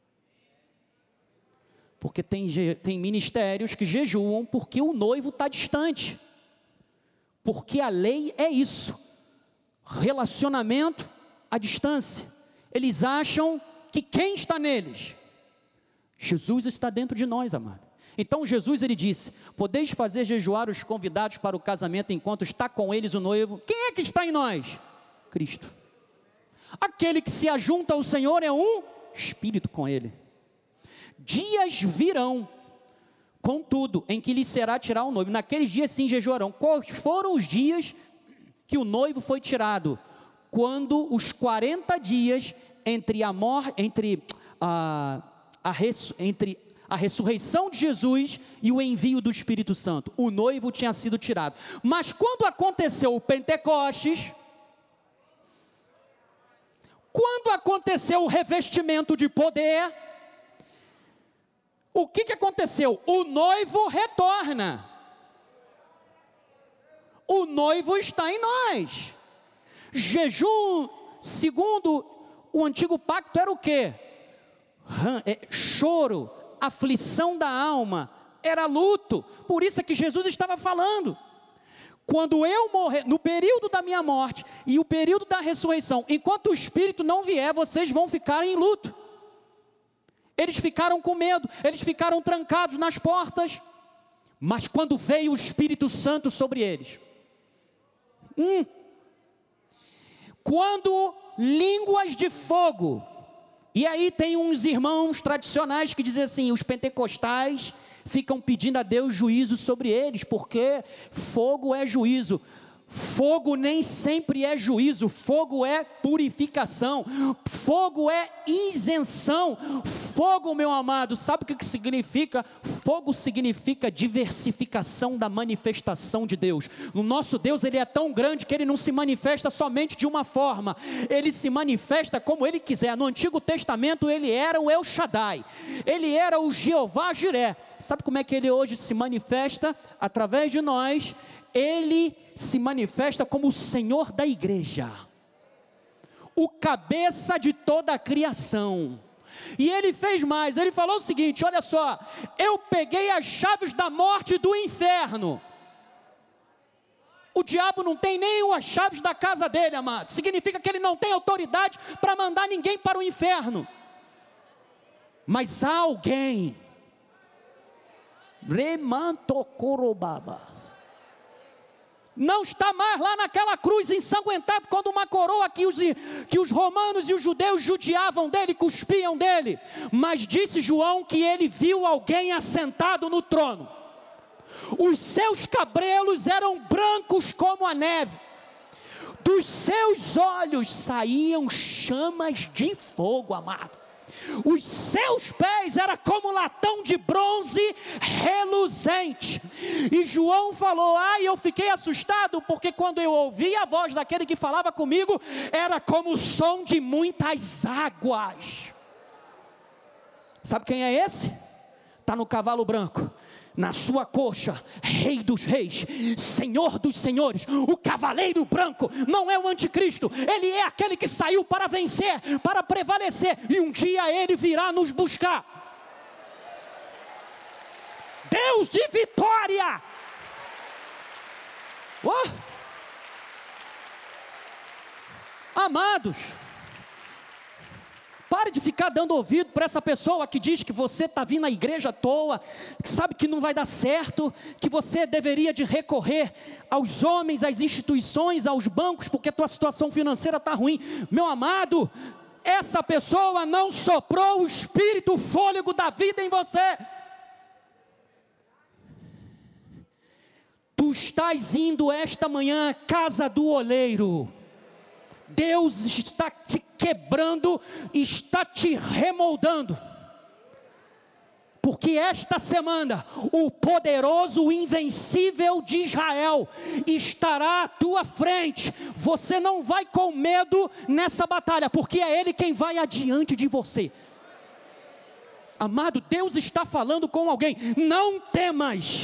Porque tem, tem ministérios que jejuam porque o noivo está distante. Porque a lei é isso. Relacionamento à distância. Eles acham que quem está neles? Jesus está dentro de nós, amado. Então Jesus, ele disse: podeis fazer jejuar os convidados para o casamento enquanto está com eles o noivo. Quem é que está em nós? Cristo. Aquele que se ajunta ao Senhor é um espírito com ele. Dias virão, contudo, em que lhe será tirar o noivo. Naqueles dias sim jejuarão. Quais foram os dias que o noivo foi tirado? Quando os quarenta dias entre a morte, entre a, a res, entre a ressurreição de Jesus e o envio do Espírito Santo, o noivo tinha sido tirado. Mas quando aconteceu o Pentecostes, quando aconteceu o revestimento de poder, o que, que aconteceu? O noivo retorna. O noivo está em nós. Jejum, segundo o antigo pacto, era o quê? é, choro, aflição da alma, era luto. Por isso é que Jesus estava falando: quando eu morrer, no período da minha morte e o período da ressurreição, enquanto o Espírito não vier, vocês vão ficar em luto. Eles ficaram com medo, eles ficaram trancados nas portas, mas quando veio o Espírito Santo sobre eles, hum, quando línguas de fogo, e aí tem uns irmãos tradicionais que dizem assim, os pentecostais ficam pedindo a Deus juízo sobre eles, porque fogo é juízo. Fogo nem sempre é juízo, fogo é purificação, fogo é isenção. Fogo, meu amado, sabe o que significa? Fogo significa diversificação da manifestação de Deus. O nosso Deus, ele é tão grande que ele não se manifesta somente de uma forma, ele se manifesta como ele quiser. No Antigo Testamento ele era o El Shaddai, ele era o Jeová Jiré. Sabe como é que ele hoje se manifesta? Através de nós. Ele se manifesta como o Senhor da igreja, o cabeça de toda a criação. E ele fez mais, ele falou o seguinte: olha só, eu peguei as chaves da morte e do inferno. O diabo não tem nem as chaves da casa dele, amado. Significa que ele não tem autoridade para mandar ninguém para o inferno. Mas há alguém, Remantocorobaba, não está mais lá naquela cruz ensanguentado, quando uma coroa que os, que os romanos e os judeus judiavam dele, cuspiam dele. Mas disse João que ele viu alguém assentado no trono. Os seus cabelos eram brancos como a neve, dos seus olhos saíam chamas de fogo, amado. Os seus pés eram como latão de bronze reluzente. E João falou: ai, eu fiquei assustado, porque quando eu ouvi a voz daquele que falava comigo, era como o som de muitas águas. Sabe quem é esse? Está no cavalo branco, na sua coxa, Rei dos Reis, Senhor dos Senhores. O cavaleiro branco não é o anticristo, ele é aquele que saiu para vencer, para prevalecer, e um dia ele virá nos buscar. Deus de vitória. Oh! Amados, pare de ficar dando ouvido para essa pessoa que diz que você está vindo à igreja à toa, que sabe que não vai dar certo, que você deveria de recorrer aos homens, às instituições, aos bancos, porque a tua situação financeira está ruim. Meu amado, essa pessoa não soprou o espírito, o fôlego da vida em você. Tu estás indo esta manhã à casa do oleiro. Deus está te quebrando, está te remoldando, porque esta semana o poderoso, o invencível de Israel estará à tua frente. Você não vai com medo nessa batalha, porque é Ele quem vai adiante de você. Amado, Deus está falando com alguém: não temas.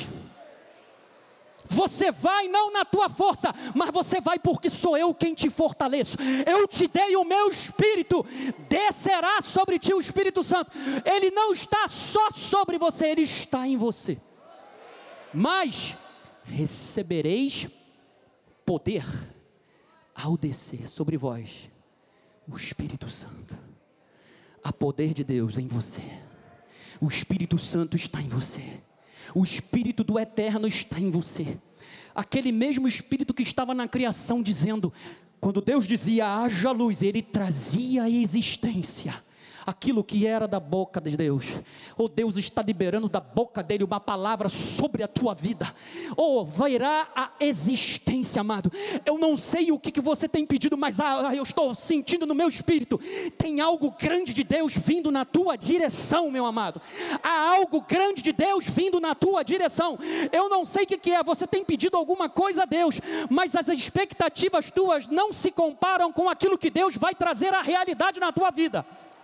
Você vai não na tua força, mas você vai porque sou eu quem te fortaleço. Eu te dei o meu Espírito, descerá sobre ti o Espírito Santo. Ele não está só sobre você, ele está em você. Mas recebereis poder ao descer sobre vós o Espírito Santo. Há poder de Deus em você. O Espírito Santo está em você. O Espírito do Eterno está em você. Aquele mesmo Espírito que estava na criação dizendo, quando Deus dizia haja luz, Ele trazia à existência aquilo que era da boca de Deus. Oh, Deus está liberando da boca dele uma palavra sobre a tua vida. Oh, virá a existência, amado. Eu não sei o que, que você tem pedido, mas ah, eu estou sentindo no meu espírito, tem algo grande de Deus vindo na tua direção, meu amado. Há algo grande de Deus vindo na tua direção. Eu não sei o que, que é, você tem pedido alguma coisa a Deus, mas as expectativas tuas não se comparam com aquilo que Deus vai trazer à realidade na tua vida.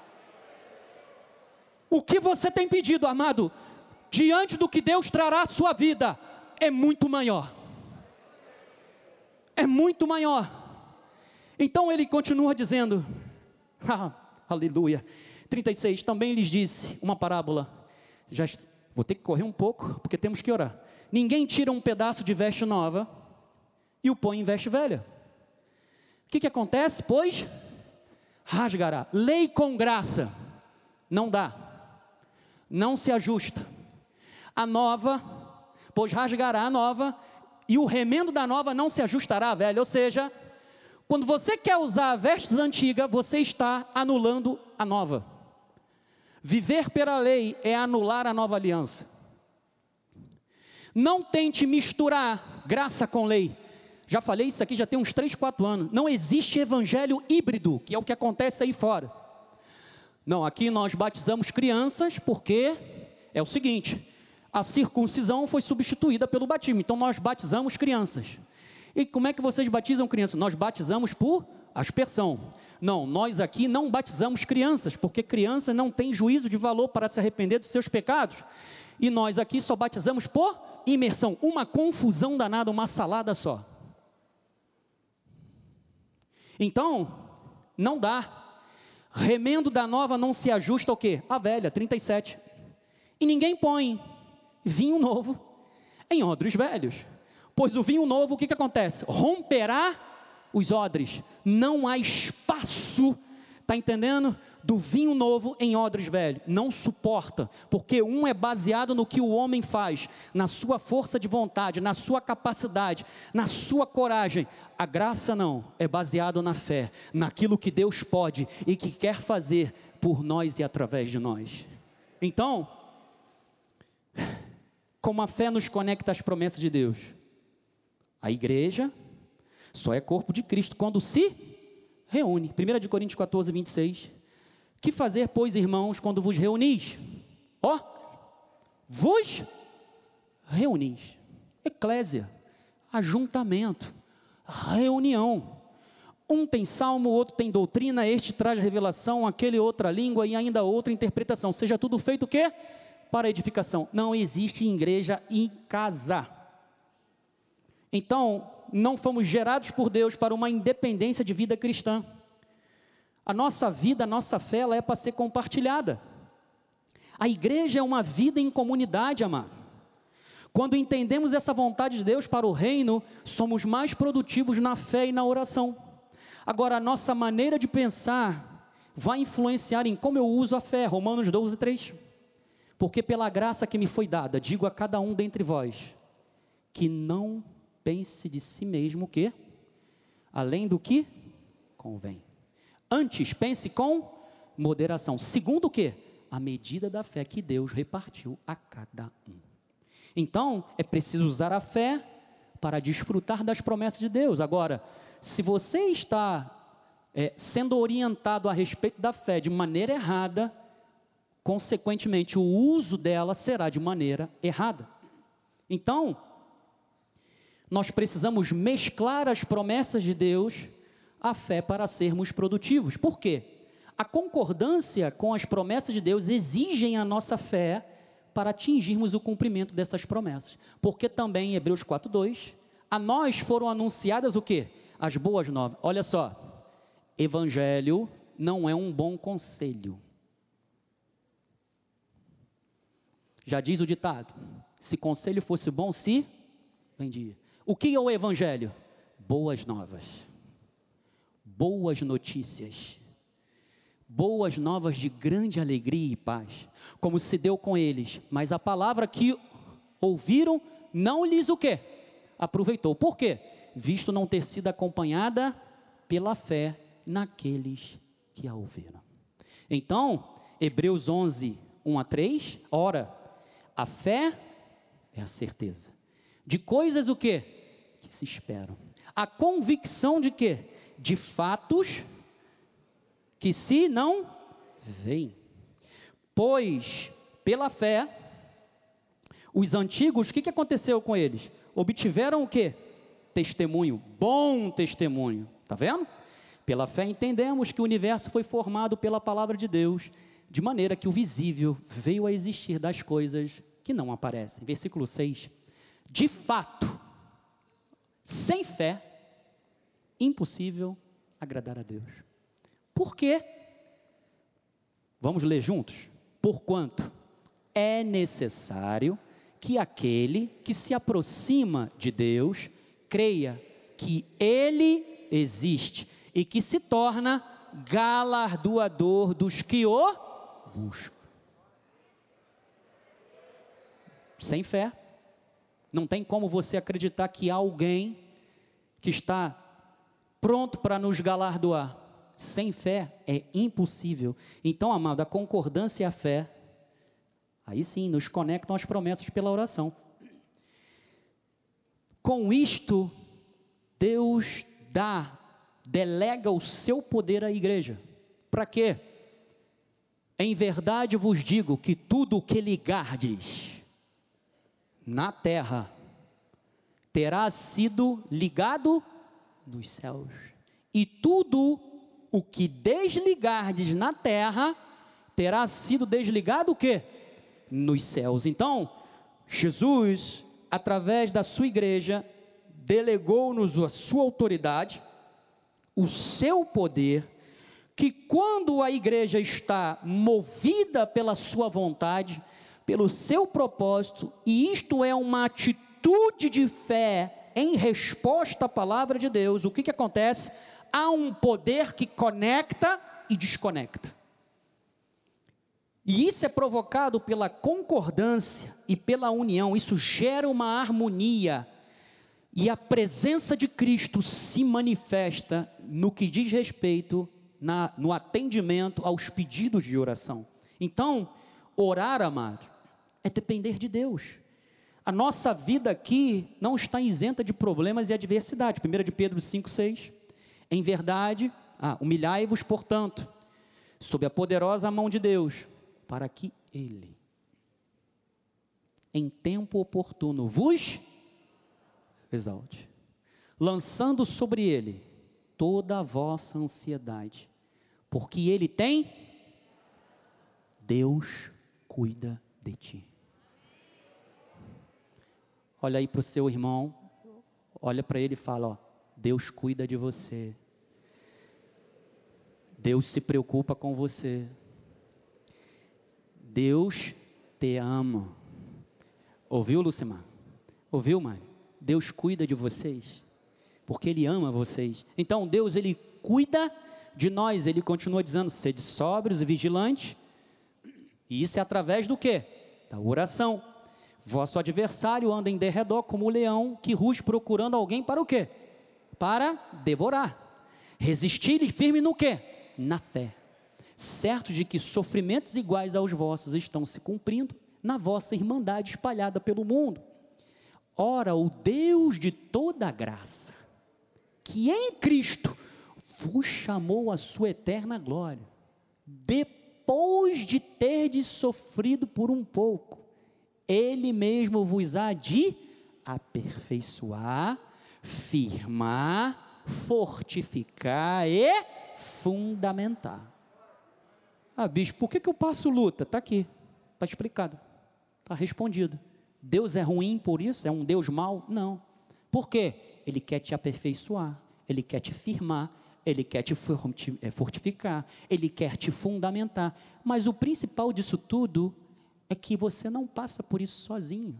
O que você tem pedido, amado, diante do que Deus trará à sua vida, é muito maior. É muito maior. Então ele continua dizendo, ah, aleluia. trinta e seis, também lhes disse uma parábola, já vou ter que correr um pouco, porque temos que orar. Ninguém tira um pedaço de veste nova e o põe em veste velha. O que que acontece? Pois rasgará. Lei com graça não dá, não se ajusta. A nova, pois rasgará a nova, e o remendo da nova não se ajustará à velha. Ou seja, quando você quer usar a vestes antiga, você está anulando a nova. Viver pela lei é anular a nova aliança. Não tente misturar graça com lei. Já falei isso aqui, já tem uns três, quatro anos. Não existe evangelho híbrido, que é o que acontece aí fora. Não, aqui nós batizamos crianças, porque é o seguinte, a circuncisão foi substituída pelo batismo, então nós batizamos crianças. E como é que vocês batizam crianças? Nós batizamos por aspersão. Não, nós aqui não batizamos crianças, porque crianças não têm juízo de valor para se arrepender dos seus pecados. E nós aqui só batizamos por imersão. Uma confusão danada, uma salada só. Então, não dá. Remendo da nova não se ajusta ao quê? A velha, trinta e sete. E ninguém põe vinho novo em odres velhos. Pois o vinho novo, o que que acontece? Romperá os odres. Não há espaço, está entendendo? Do vinho novo em odres velhos. Não suporta, porque um é baseado no que o homem faz, na sua força de vontade, na sua capacidade, na sua coragem. A graça não, é baseado na fé, naquilo que Deus pode e que quer fazer por nós e através de nós. Então, como a fé nos conecta às promessas de Deus? A igreja só é corpo de Cristo quando se reúne. primeira de Coríntios quatorze, vinte e seis. Que fazer, pois, irmãos, quando vos reunis? Ó, vos reunis. Eclésia, ajuntamento, reunião. Um tem salmo, o outro tem doutrina, este traz revelação, aquele outra língua e ainda outra interpretação. Seja tudo feito o quê? Para edificação. Não existe igreja em casa. Então, não fomos gerados por Deus para uma independência de vida cristã. A nossa vida, a nossa fé, ela é para ser compartilhada. A igreja é uma vida em comunidade, amado. Quando entendemos essa vontade de Deus para o reino, somos mais produtivos na fé e na oração. Agora, a nossa maneira de pensar vai influenciar em como eu uso a fé. Romanos doze, três. Porque pela graça que me foi dada, digo a cada um dentre vós, que não pense de si mesmo o quê? Além do que convém. Antes, pense com moderação. Segundo o quê? A medida da fé que Deus repartiu a cada um. Então, é preciso usar a fé para desfrutar das promessas de Deus. Agora, se você está é, sendo orientado a respeito da fé de maneira errada, consequentemente, o uso dela será de maneira errada. Então, nós precisamos mesclar as promessas de Deus à fé para sermos produtivos. Por quê? A concordância com as promessas de Deus exigem a nossa fé para atingirmos o cumprimento dessas promessas. Porque também em Hebreus quatro, dois, a nós foram anunciadas o quê? As boas novas. Olha só, evangelho não é um bom conselho. Já diz o ditado, se conselho fosse bom, se vendia. O que é o evangelho? Boas novas, boas notícias, boas novas de grande alegria e paz, como se deu com eles, mas a palavra que ouviram não lhes o quê? Aproveitou. Por quê? Visto não ter sido acompanhada pela fé naqueles que a ouviram. Então, Hebreus onze, um a três, ora, a fé é a certeza de coisas o quê? Que se esperam. A convicção de quê? De fatos que se não veem. Pois, pela fé, os antigos, o que, que aconteceu com eles? Obtiveram o quê? Testemunho, bom testemunho. Está vendo? Pela fé entendemos que o universo foi formado pela palavra de Deus, de maneira que o visível veio a existir das coisas que não aparecem. Versículo seis. De fato, sem fé, impossível agradar a Deus. Por quê? Vamos ler juntos? Porquanto é necessário que aquele que se aproxima de Deus creia que Ele existe e que se torna galardoador dos que o buscam. Sem fé, não tem como você acreditar que há alguém que está pronto para nos galardoar. Sem fé é impossível. Então, amado, a concordância e a fé, aí sim, nos conectam às promessas pela oração. Com isto, Deus dá, delega o seu poder à igreja. Para quê? Em verdade vos digo que tudo o que ligardes na terra terá sido ligado nos céus, e tudo o que desligardes na terra terá sido desligado o quê? Nos céus. Então, Jesus, através da sua igreja, delegou-nos a sua autoridade, o seu poder, que quando a igreja está movida pela sua vontade, pelo seu propósito, e isto é uma atitude de fé em resposta à palavra de Deus, o que que acontece? Há um poder que conecta e desconecta. E isso é provocado pela concordância e pela união, isso gera uma harmonia, e a presença de Cristo se manifesta no que diz respeito na, no atendimento aos pedidos de oração. Então, orar, amado, é depender de Deus. A nossa vida aqui não está isenta de problemas e adversidade. primeira de Pedro cinco, seis. Em verdade, ah, humilhai-vos, portanto, sob a poderosa mão de Deus, para que Ele, em tempo oportuno, vos exalte, lançando sobre Ele toda a vossa ansiedade, porque Ele tem, Deus cuida de ti. Olha aí para o seu irmão, olha para ele e fala, ó, Deus cuida de você, Deus se preocupa com você, Deus te ama. Ouviu, Lucimar? Ouviu, Mário? Deus cuida de vocês, porque Ele ama vocês. Então Deus, Ele cuida de nós. Ele continua dizendo, sede sóbrios e vigilantes, e isso é através do quê? Da oração. Vosso adversário anda em derredor como o leão que ruge procurando alguém para o quê? Para devorar. Resistir-lhe firme no quê? Na fé, certos de que sofrimentos iguais aos vossos estão se cumprindo na vossa irmandade espalhada pelo mundo. Ora, o Deus de toda graça, que em Cristo vos chamou à sua eterna glória, depois de terdes sofrido por um pouco, Ele mesmo vos há de aperfeiçoar, firmar, fortificar e fundamentar. Ah, bispo, por que, que eu passo luta? Está aqui, está explicado, está respondido. Deus é ruim por isso? É um Deus mau? Não. Por quê? Ele quer te aperfeiçoar, Ele quer te firmar, Ele quer te fortificar, Ele quer te fundamentar. Mas o principal disso tudo é que você não passa por isso sozinho.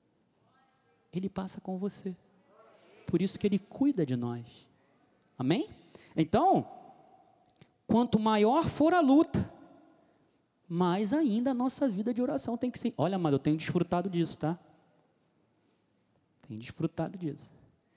Ele passa com você. Por isso que Ele cuida de nós. Amém? Então, quanto maior for a luta, mais ainda a nossa vida de oração tem que ser. Olha, amado, eu tenho desfrutado disso, tá? Tenho desfrutado disso.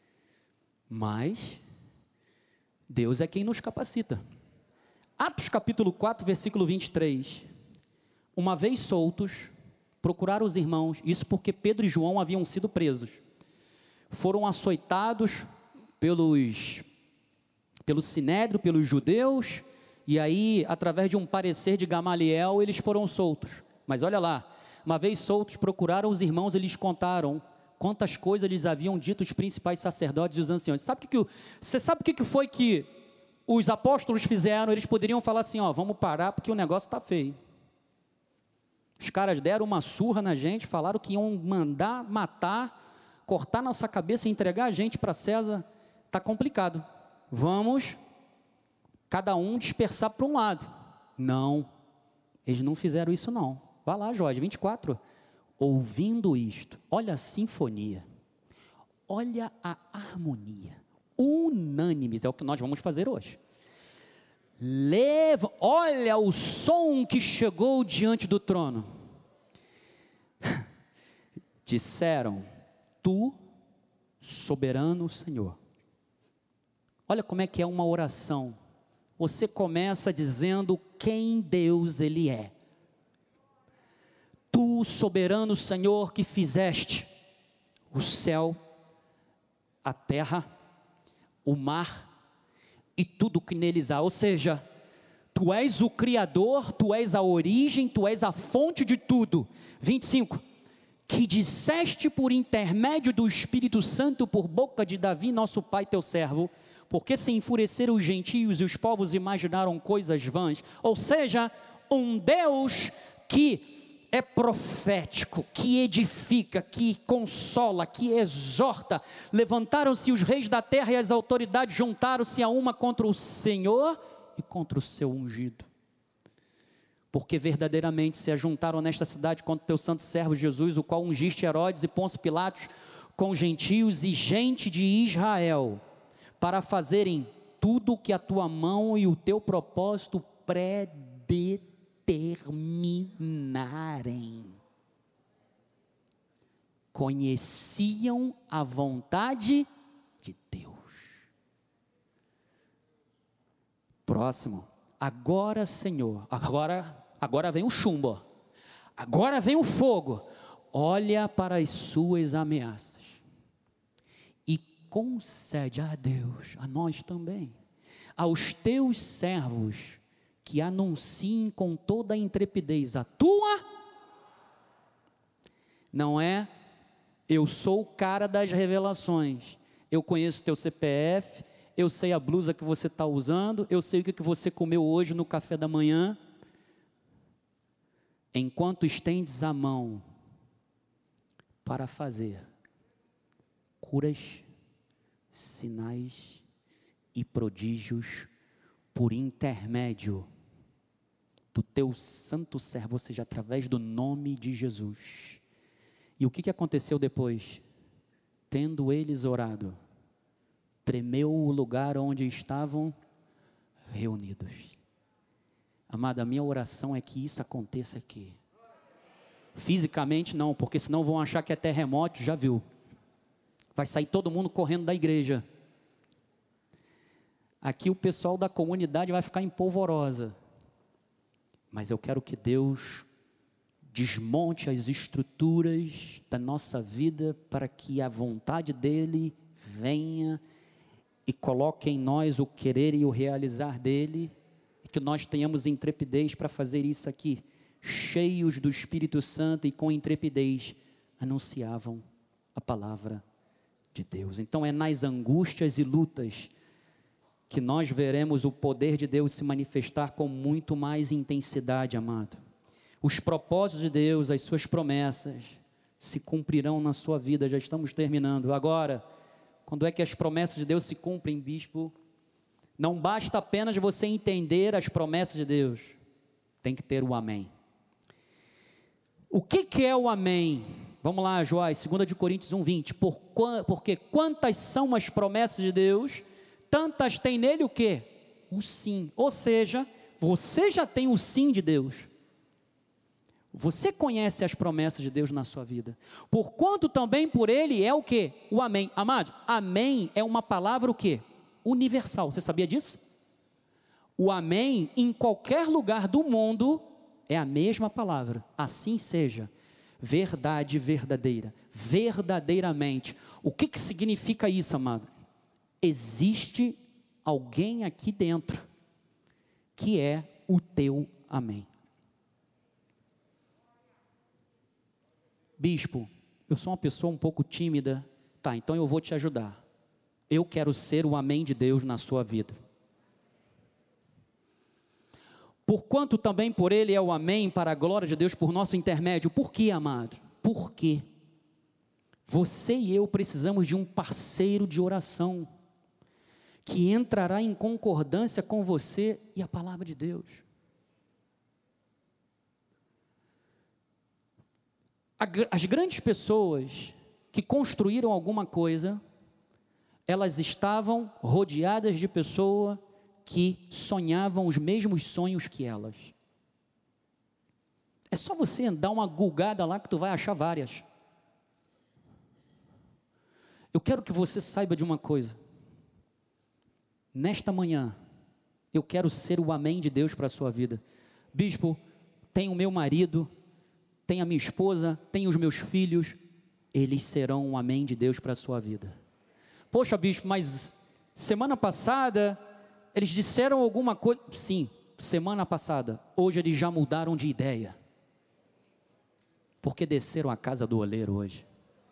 Mas Deus é quem nos capacita. Atos capítulo quatro, versículo vinte e três. Uma vez soltos, procuraram os irmãos, isso porque Pedro e João haviam sido presos. Foram açoitados pelos, pelo sinédrio, pelos judeus, e aí, através de um parecer de Gamaliel, eles foram soltos. Mas olha lá, uma vez soltos, procuraram os irmãos e lhes contaram quantas coisas lhes haviam dito os principais sacerdotes e os anciãos. Sabe o que, que, você sabe o que, que foi que os apóstolos fizeram? Eles poderiam falar assim, ó, vamos parar porque o negócio está feio. Os caras deram uma surra na gente, falaram que iam mandar matar, cortar nossa cabeça e entregar a gente para César. Está complicado. Vamos, cada um dispersar para um lado. Não, Eles não fizeram isso não. Vai lá, Jorge, vinte e quatro. Ouvindo isto, olha a sinfonia, olha a harmonia, unânimes, é o que nós vamos fazer hoje. Leva, olha o som que chegou diante do trono. Disseram, tu, soberano Senhor. Olha como é que é uma oração. Você começa dizendo quem Deus Ele é. Tu, soberano Senhor, que fizeste o céu, a terra, o mar e tudo que neles há. Ou seja, tu és o Criador, tu és a origem, tu és a fonte de tudo. vinte e cinco. Que disseste por intermédio do Espírito Santo, por boca de Davi, nosso pai, teu servo, porque se enfureceram os gentios e os povos imaginaram coisas vãs. Ou seja, um Deus que é profético, que edifica, que consola, que exorta. Levantaram-se os reis da terra e as autoridades juntaram-se a uma contra o Senhor e contra o seu ungido. Porque verdadeiramente se ajuntaram nesta cidade contra o teu santo servo Jesus, o qual ungiste Herodes e Pôncio Pilatos com gentios e gente de Israel, para fazerem tudo o que a tua mão e o teu propósito predeterminarem. Conheciam a vontade de Deus. Próximo. Agora, Senhor, agora, agora vem o chumbo, agora vem o fogo. Olha para as suas ameaças e concede a Deus, a nós também, aos teus servos, que anunciem com toda a intrepidez a tua, não é, eu sou o cara das revelações, eu conheço teu C P F, eu sei a blusa que você está usando, eu sei o que você comeu hoje no café da manhã. Enquanto estendes a mão para fazer curas, sinais e prodígios por intermédio do teu santo servo, ou seja, através do nome de Jesus. E o que, que aconteceu depois? Tendo eles orado, tremeu o lugar onde estavam reunidos. Amada, a minha oração é que isso aconteça aqui. Fisicamente não, porque senão vão achar que é terremoto, já viu. Vai sair todo mundo correndo da igreja. Aqui o pessoal da comunidade vai ficar em polvorosa. Mas eu quero que Deus desmonte as estruturas da nossa vida para que a vontade dEle venha e coloque em nós o querer e o realizar dEle, e que nós tenhamos intrepidez para fazer isso aqui, cheios do Espírito Santo e com intrepidez anunciavam a palavra de Deus. Então é nas angústias e lutas que nós veremos o poder de Deus se manifestar com muito mais intensidade, amado. Os propósitos de Deus, as suas promessas se cumprirão na sua vida. Já estamos terminando. Agora, quando é que as promessas de Deus se cumprem, bispo? Não basta apenas você entender as promessas de Deus, tem que ter o amém. O que, que é o amém? Vamos lá, Joás, dois Coríntios um, vinte. Por, porque quantas são as promessas de Deus, tantas tem nele o quê? O sim. Ou seja, você já tem o sim de Deus. Você conhece as promessas de Deus na sua vida. Porquanto também por ele é o quê? O amém. Amado, amém é uma palavra o quê? Universal. Você sabia disso? O amém em qualquer lugar do mundo é a mesma palavra. Assim seja. Verdade verdadeira. Verdadeiramente. O que que significa isso, amado? Existe alguém aqui dentro que é o teu amém. Bispo, eu sou uma pessoa um pouco tímida. Tá, então eu vou te ajudar. Eu quero ser o amém de Deus na sua vida. Porquanto também por ele é o amém, para a glória de Deus, por nosso intermédio. Por quê, amado? Por quê? Você e eu precisamos de um parceiro de oração, que entrará em concordância com você e a palavra de Deus. As grandes pessoas que construíram alguma coisa, elas estavam rodeadas de pessoas que sonhavam os mesmos sonhos que elas. É só você dar uma gulgada lá que tu vai achar várias. Eu quero que você saiba de uma coisa. Nesta manhã, eu quero ser o amém de Deus para a sua vida. Bispo, tem o meu marido, tem a minha esposa, tem os meus filhos, eles serão o amém de Deus para a sua vida. Poxa, bispo, mas semana passada eles disseram alguma coisa. Sim, semana passada. Hoje eles já mudaram de ideia, porque desceram a casa do oleiro hoje.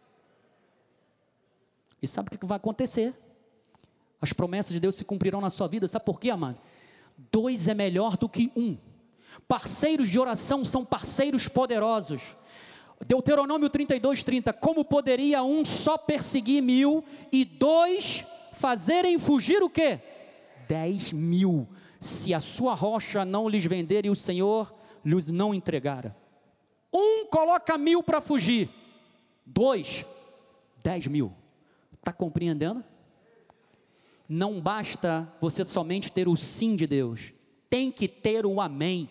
E sabe o que vai acontecer? As promessas de Deus se cumprirão na sua vida. Sabe por quê, amado? Dois é melhor do que um. Parceiros de oração são parceiros poderosos. Deuteronômio trinta e dois, trinta. Como poderia um só perseguir mil e dois fazerem fugir o quê? Dez mil, se a sua rocha não lhes vender e o Senhor lhes não entregara. Um coloca mil para fugir, dois, dez mil. Está compreendendo? Não basta você somente ter o sim de Deus, tem que ter o amém.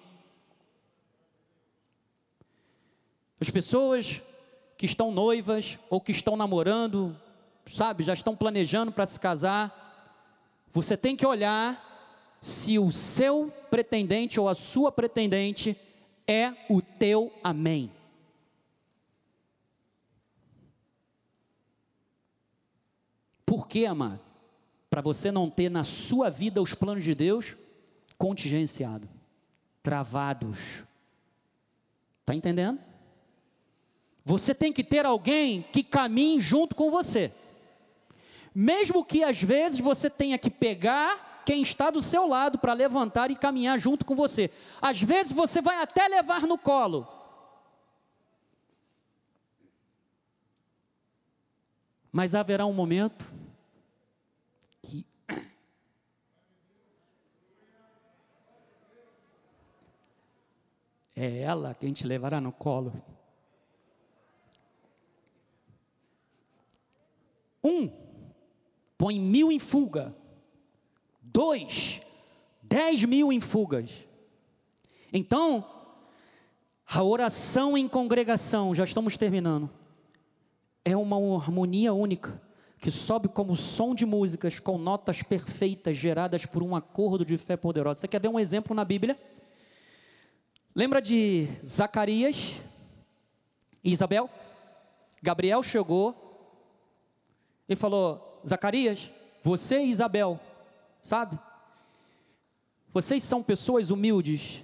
As pessoas que estão noivas ou que estão namorando, sabe, já estão planejando para se casar, você tem que olhar se o seu pretendente ou a sua pretendente é o teu amém. Por quê, amado? Para você não ter na sua vida os planos de Deus contingenciados, travados. Está entendendo? Você tem que ter alguém que caminhe junto com você. Mesmo que às vezes você tenha que pegar quem está do seu lado para levantar e caminhar junto com você. Às vezes você vai até levar no colo. Mas haverá um momento que é ela quem te levará no colo. Um, põe mil em fuga. Dois, dez mil em fugas. Então, a oração em congregação, já estamos terminando, é uma harmonia única, que sobe como som de músicas, com notas perfeitas, geradas por um acordo de fé poderosa. Você quer ver um exemplo na Bíblia? Lembra de Zacarias e Isabel? Gabriel chegou e falou: Zacarias, você e Isabel, sabe? Vocês são pessoas humildes.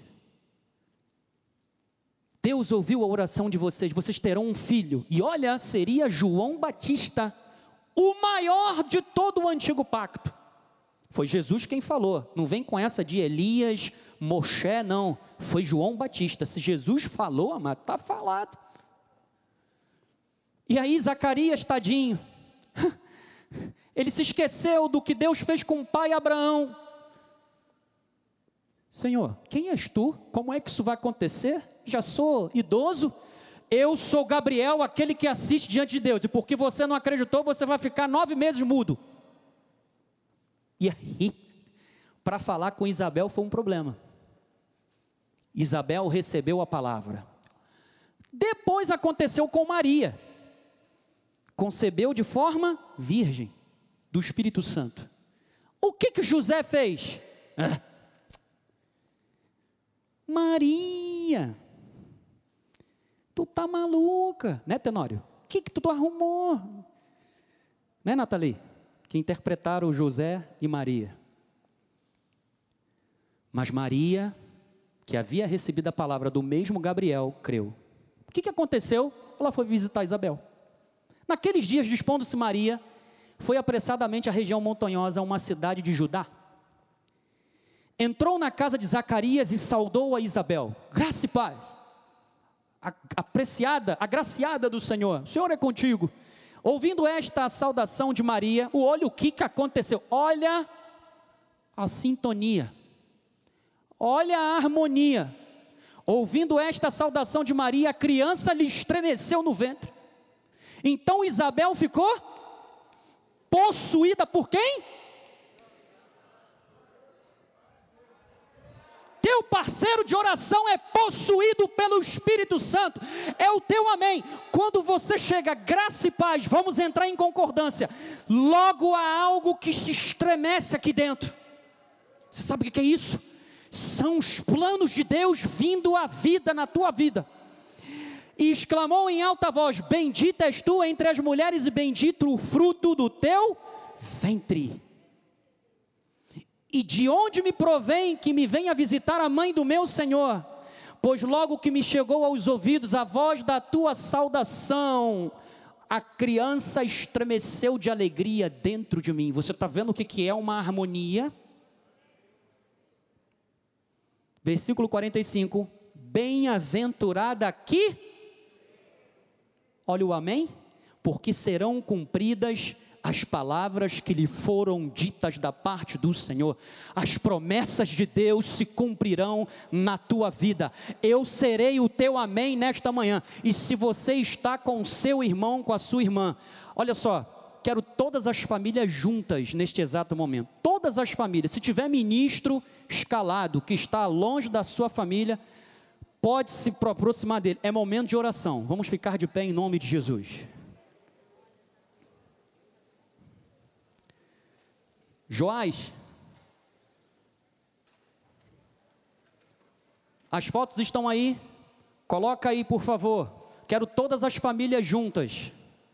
Deus ouviu a oração de vocês, vocês terão um filho. E olha, seria João Batista, o maior de todo o antigo pacto. Foi Jesus quem falou. Não vem com essa de Elias, Moshe, não. Foi João Batista. Se Jesus falou, amado, está falado. E aí Zacarias, tadinho, ele se esqueceu do que Deus fez com o pai Abraão. Senhor, quem és tu? Como é que isso vai acontecer? Já sou idoso. Eu sou Gabriel, aquele que assiste diante de Deus. E porque você não acreditou, você vai ficar nove meses mudo. E aí, para falar com Isabel foi um problema. Isabel recebeu a palavra. Depois aconteceu com Maria. Concebeu de forma virgem, do Espírito Santo. O que que José fez? Ah. Maria, tu tá maluca, né, Tenório? O que que tu arrumou? Né, Nathalie? Que interpretaram José e Maria. Mas Maria, que havia recebido a palavra do mesmo Gabriel, creu. O que que aconteceu? Ela foi visitar Isabel. Naqueles dias, dispondo-se Maria, foi apressadamente à região montanhosa, uma cidade de Judá. Entrou na casa de Zacarias e saudou a Isabel. Graça e paz. A, apreciada, agraciada do Senhor. O Senhor é contigo. Ouvindo esta saudação de Maria, o olho, o que que aconteceu? Olha a sintonia. Olha a harmonia. Ouvindo esta saudação de Maria, a criança lhe estremeceu no ventre. Então Isabel ficou possuída por quem? Teu parceiro de oração é possuído pelo Espírito Santo, é o teu amém. Quando você chega, graça e paz, vamos entrar em concordância, logo há algo que se estremece aqui dentro. Você sabe o que é isso? São os planos de Deus vindo à vida na tua vida. E exclamou em alta voz: bendita és tu entre as mulheres e bendito o fruto do teu ventre. E de onde me provém que me venha visitar a mãe do meu Senhor? Pois logo que me chegou aos ouvidos a voz da tua saudação, a criança estremeceu de alegria dentro de mim. Você está vendo o que, que é uma harmonia? Versículo quarenta e cinco, bem-aventurada aqui, olha o amém, porque serão cumpridas as palavras que lhe foram ditas da parte do Senhor. As promessas de Deus se cumprirão na tua vida. Eu serei o teu amém nesta manhã. E se você está com o seu irmão, com a sua irmã, olha só, quero todas as famílias juntas neste exato momento. Todas as famílias. Se tiver ministro escalado que está longe da sua família, pode se aproximar dele. É momento de oração. Vamos ficar de pé em nome de Jesus. Joás, as fotos estão aí, coloca aí por favor, quero todas as famílias juntas.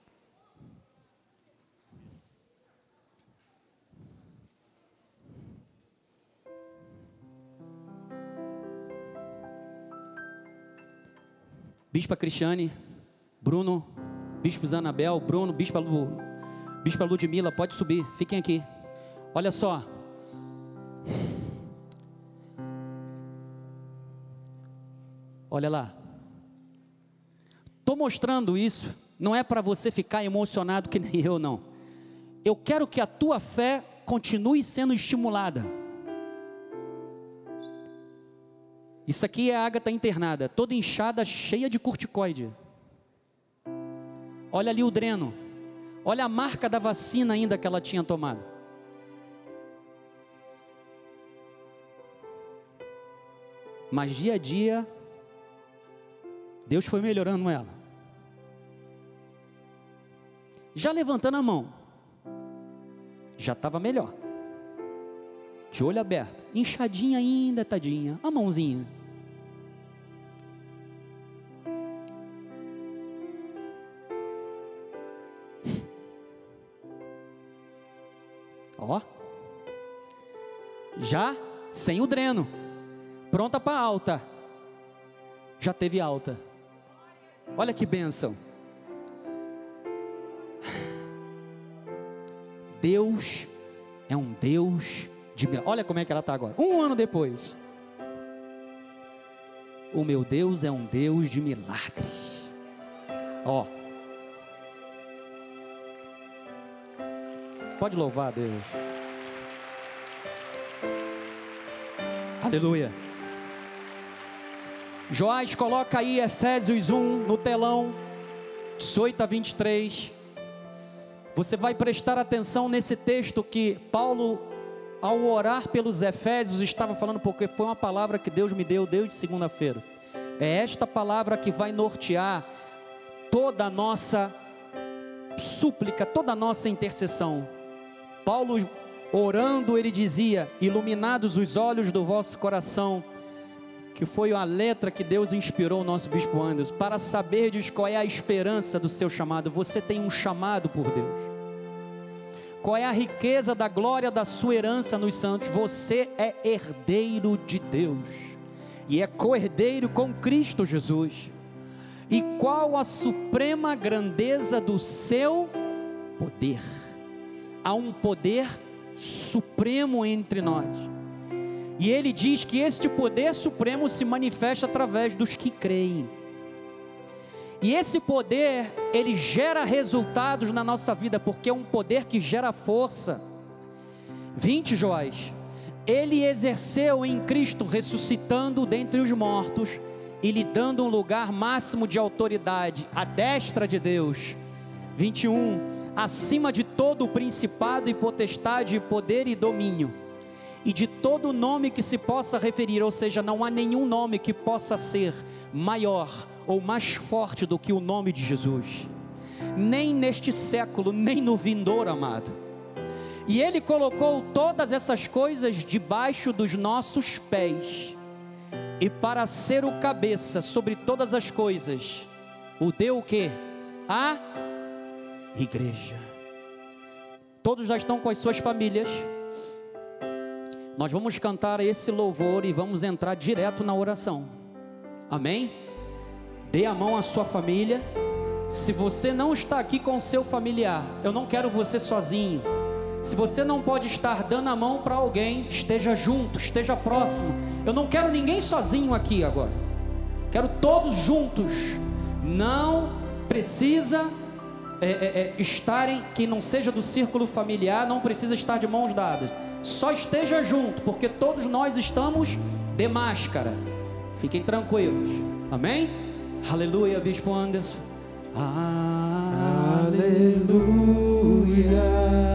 Bispa Cristiane, Bruno, Bispo Zanabel, Bruno, Bispa, Lu, Bispa Ludmila, pode subir, fiquem aqui. Olha só, olha lá, estou mostrando isso, não é para você ficar emocionado que nem eu não, eu quero que a tua fé continue sendo estimulada. Isso aqui é a Ágata internada, toda inchada, cheia de corticoide, olha ali o dreno, olha a marca da vacina ainda que ela tinha tomado. Mas dia a dia, Deus foi melhorando ela. Já levantando a mão, já estava melhor. De olho aberto, inchadinha ainda, tadinha, a mãozinha. Ó, já sem o dreno. Pronta para alta, já teve alta, olha que bênção. Deus é um Deus de milagres. Olha como é que ela está agora, um ano depois. O meu Deus é um Deus de milagres. Ó, pode louvar a Deus. Aleluia. Joás, coloca aí Efésios um no telão, dezoito a vinte e três. Você vai prestar atenção nesse texto que Paulo, ao orar pelos Efésios, estava falando, porque foi uma palavra que Deus me deu desde segunda-feira. É esta palavra que vai nortear toda a nossa súplica, toda a nossa intercessão. Paulo, orando, ele dizia: iluminados os olhos do vosso coração, que foi a letra que Deus inspirou o nosso Bispo Anderson, para saberdes qual é a esperança do seu chamado. Você tem um chamado por Deus. Qual é a riqueza da glória da sua herança nos santos? Você é herdeiro de Deus, e é co-herdeiro com Cristo Jesus. E qual a suprema grandeza do seu poder? Há um poder supremo entre nós. E ele diz que este poder supremo se manifesta através dos que creem. E esse poder, ele gera resultados na nossa vida, porque é um poder que gera força. vinte, Joás, ele exerceu em Cristo, ressuscitando dentre os mortos, e lhe dando um lugar máximo de autoridade, à destra de Deus. vinte e um, acima de todo o principado e potestade, poder e domínio, e de todo nome que se possa referir, ou seja, não há nenhum nome que possa ser maior ou mais forte do que o nome de Jesus, nem neste século, nem no vindouro, amado. E Ele colocou todas essas coisas debaixo dos nossos pés, e para ser o cabeça sobre todas as coisas, o deu o quê? A igreja. Todos já estão com as suas famílias. Nós vamos cantar esse louvor e vamos entrar direto na oração. Amém? Dê a mão à sua família. Se você não está aqui com o seu familiar, eu não quero você sozinho. Se você não pode estar dando a mão para alguém, esteja junto, esteja próximo. Eu não quero ninguém sozinho aqui agora. Quero todos juntos. Não precisa é, é, é, estarem, que não seja do círculo familiar, não precisa estar de mãos dadas. Só esteja junto, porque todos nós estamos de máscara. Fiquem tranquilos. Amém? Aleluia, Bispo Anderson. Aleluia.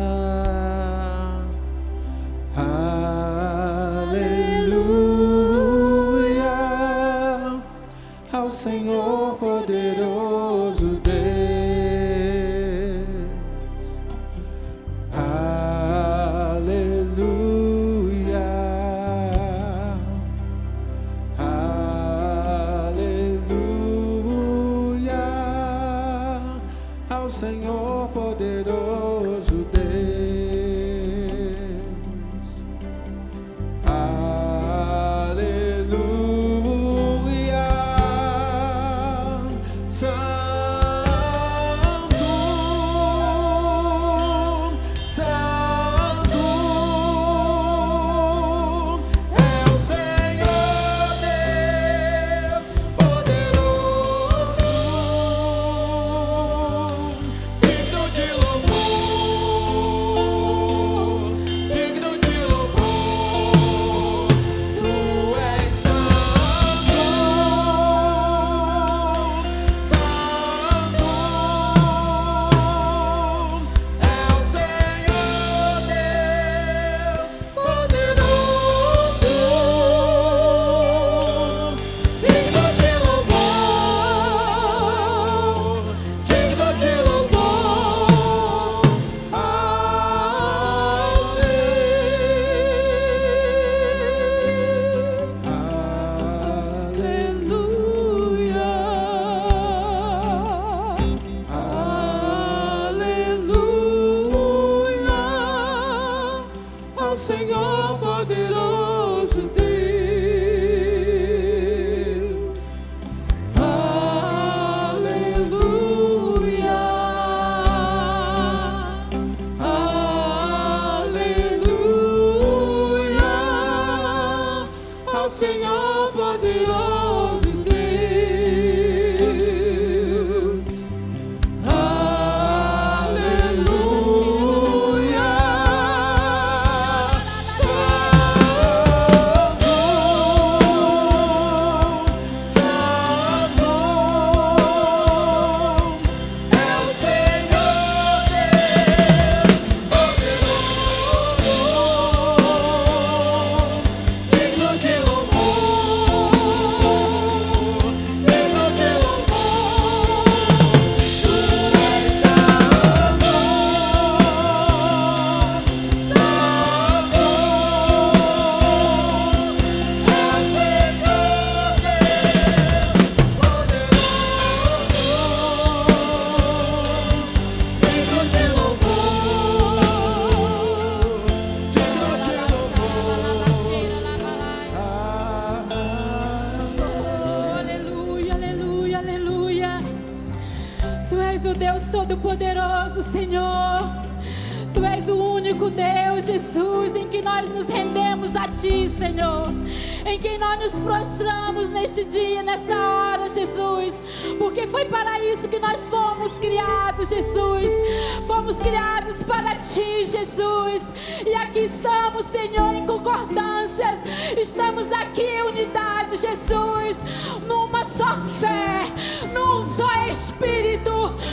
Aleluia. Ao Senhor poderoso Deus. Senhor poderoso Deus, aleluia, Santo, Santo, é o Senhor Deus poderoso. Senhor poderoso Deus, aleluia, aleluia, ao Senhor poderoso Deus, aleluia. Deus Todo-Poderoso, Senhor. Tu és o único Deus, Jesus, em que nós nos rendemos a Ti, Senhor. Em quem nós nos prostramos neste dia, nesta hora, glória, Jesus, porque foi para isso que nós fomos criados, Jesus. Fomos criados para Ti, Jesus. E aqui estamos, Senhor, em concordâncias. Estamos aqui em unidade, Jesus, numa só fé, num só Espírito,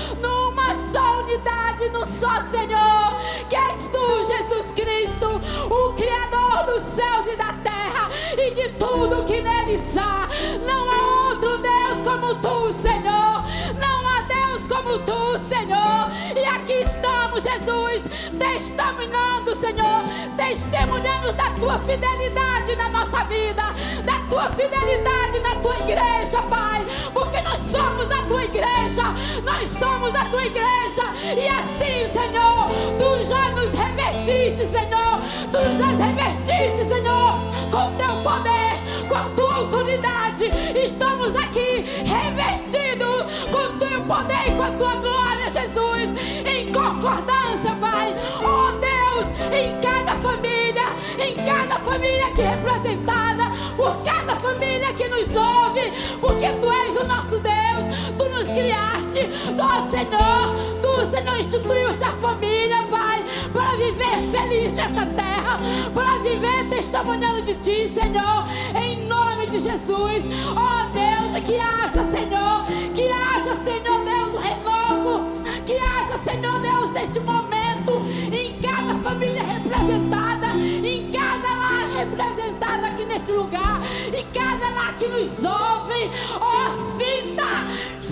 numa só unidade, num só Senhor, que és Tu, Jesus Cristo, o Criador dos céus e da terra e de tudo que neles há. Não há outro Deus como Tu, Senhor. Não há Deus como Tu, Senhor. E aqui estamos, Jesus, testemunhando, Senhor, testemunhando da Tua fidelidade na nossa vida, da Tua fidelidade na Tua igreja, Pai, porque nós somos a Tua igreja, nós somos a Tua igreja, e assim, Senhor, Tu já nos revestiste, Senhor, Tu já nos revestiste, Senhor, com Teu poder, com a Tua autoridade. Estamos aqui revestidos com Teu poder e com a Tua glória, Jesus, em concordância, Pai. Oh Deus, em cada família, em cada família aqui representada, por cada família que nos ouve, porque Tu és o nosso Deus, Tu nos criaste, oh Senhor, Tu, Senhor, instituíste a família, Pai, para viver feliz nesta terra, para viver testemunhando de Ti, Senhor, em nome de Jesus. Oh Deus, que haja, Senhor, que haja, Senhor Deus, um renovo, que haja, Senhor Deus, neste momento, em cada família representada, em cada lar representada aqui neste lugar, em cada lar que nos ouve. Oh, sinta,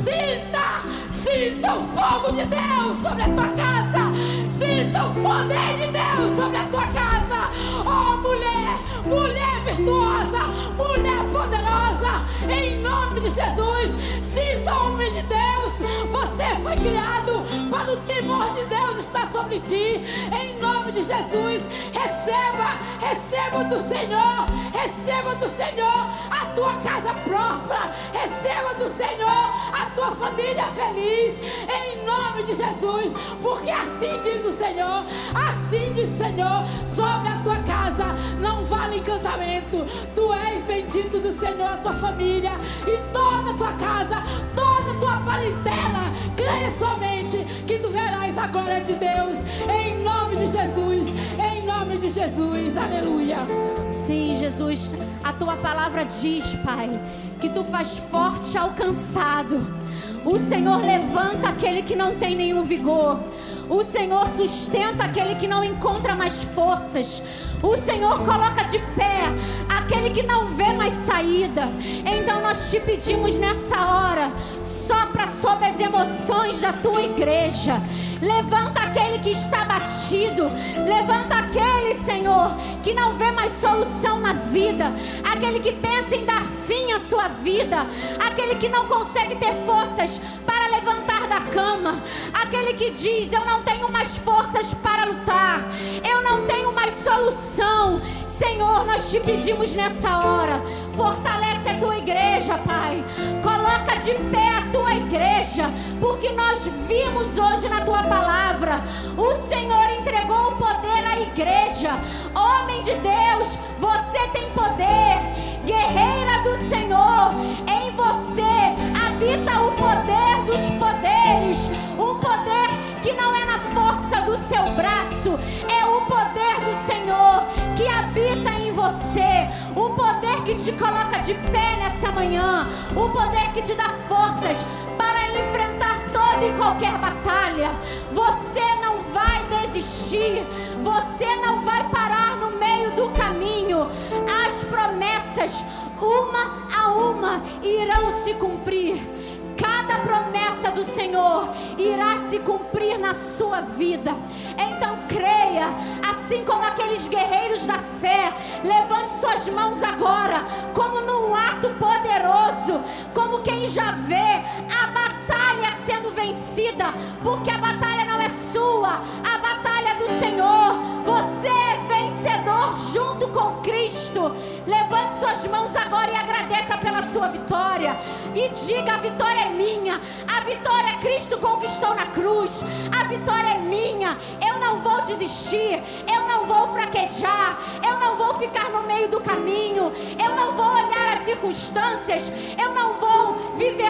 sinta, sinta o fogo de Deus sobre a tua casa, sinta o poder de Deus sobre a tua casa. Oh, mulher, mulher virtuosa, mulher poderosa, em nome de Jesus, sinta, homem de Deus, você foi criado para o temor de Deus estar sobre ti, em nome de Jesus. Receba, receba do Senhor, receba do Senhor a tua casa próspera, receba do Senhor a tua família feliz, em nome de Jesus, porque assim diz o Senhor, assim diz o Senhor, sobre a tua casa não vale encantamento. Tu és bendito do Senhor, a tua família e toda a tua casa, toda a tua parentela. Creia somente que tu verás a glória de Deus, em nome de Jesus, em nome de Jesus, aleluia. Sim, Jesus, a tua palavra diz, Pai, que tu faz forte ao cansado. O Senhor levanta aquele que não tem nenhum vigor. O Senhor sustenta aquele que não encontra mais forças. O Senhor coloca de pé aquele que não vê mais saída. Então nós te pedimos nessa hora, sopra sobre as emoções da tua igreja. Levanta aquele que está batido. Levanta aquele, Senhor, que não vê mais solução na vida. Aquele que pensa em dar fim à sua vida. Aquele que não consegue ter forças para levantar da cama. Aquele que diz, eu não tenho mais forças para lutar. Eu não tenho mais solução. Senhor, nós te pedimos nessa hora, fortalece a tua igreja, Pai. Coloca de pé a tua igreja, porque nós vimos hoje na tua palavra, o Senhor entregou o poder à igreja. Homem de Deus, você tem poder. Guerreira do Senhor, em você habita o poder dos poderes. Um poder que não é na força do seu braço, é o poder do Senhor que habita em você. Um poder que te coloca de pé nessa manhã. Um poder que te dá forças para enfrentar toda e qualquer batalha. Você não vai desistir. Você não vai parar no meio do caminho. As promessas, uma a uma, irão se cumprir. Cada promessa do Senhor irá se cumprir na sua vida. Então creia, assim como aqueles guerreiros da fé. Levante suas mãos agora, como num ato poderoso, como quem já vê a batalha sendo vencida, porque a batalha não é sua, a batalha é do Senhor. Você é vencedor junto com Cristo. Levante suas mãos agora e agradeça pela sua vitória. E diga, a vitória é minha. A vitória Cristo conquistou na cruz. A vitória é minha. Eu não vou desistir. Eu não vou fraquejar. Eu não vou ficar no meio do caminho. Eu não vou olhar as circunstâncias. Eu não vou viver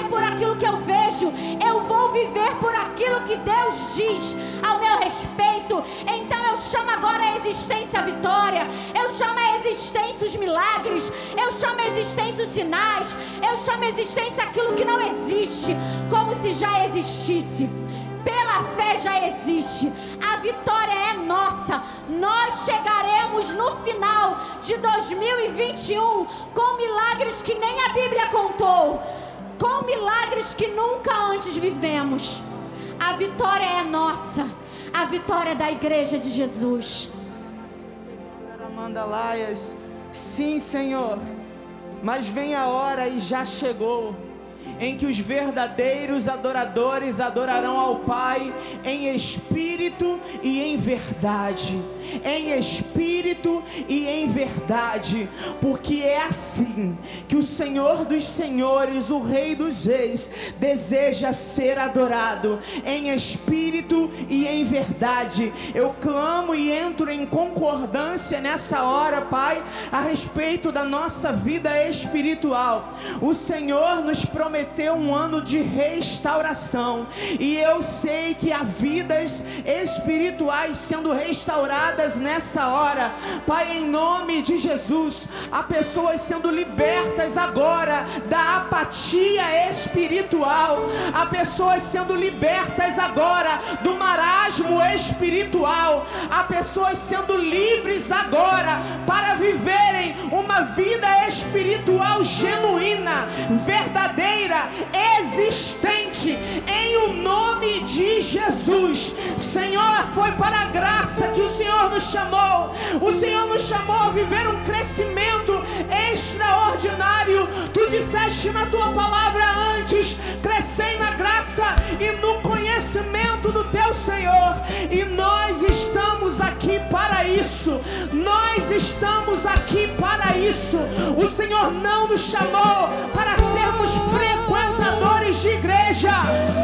vou viver por aquilo que Deus diz ao meu respeito. Então eu chamo agora a existência a vitória, eu chamo a existência os milagres, eu chamo a existência os sinais, eu chamo a existência aquilo que não existe, como se já existisse. Pela fé já existe. A vitória é nossa. Nós chegaremos no final de dois mil e vinte e um com milagres que nem a Bíblia contou, com milagres que nunca antes vivemos. A vitória é nossa. A vitória é da igreja de Jesus. Mandalaias, sim, Senhor, mas vem a hora e já chegou em que os verdadeiros adoradores adorarão ao Pai em espírito e em verdade. Em espírito e em verdade, porque é assim que o Senhor dos Senhores, o Rei dos Reis, deseja ser adorado, em espírito e em verdade. Eu clamo e entro em concordância nessa hora, Pai, a respeito da nossa vida espiritual. O Senhor nos prometeu um ano de restauração, e eu sei que há vidas espirituais sendo restauradas nessa hora, Pai, em nome de Jesus. Há pessoas sendo libertas agora da apatia espiritual, há pessoas sendo libertas agora do marasmo espiritual, há pessoas sendo livres agora para viverem uma vida espiritual genuína, verdadeira, existente, em o nome de Jesus. Senhor, foi para a graça que o Senhor nos chamou. O Senhor nos chamou a viver um crescimento extraordinário. Tu disseste na tua palavra antes: crescei na graça e no conhecimento do teu Senhor. E nós estamos aqui para isso. Nós estamos aqui para isso. O Senhor não nos chamou para sermos frequentadores de igreja.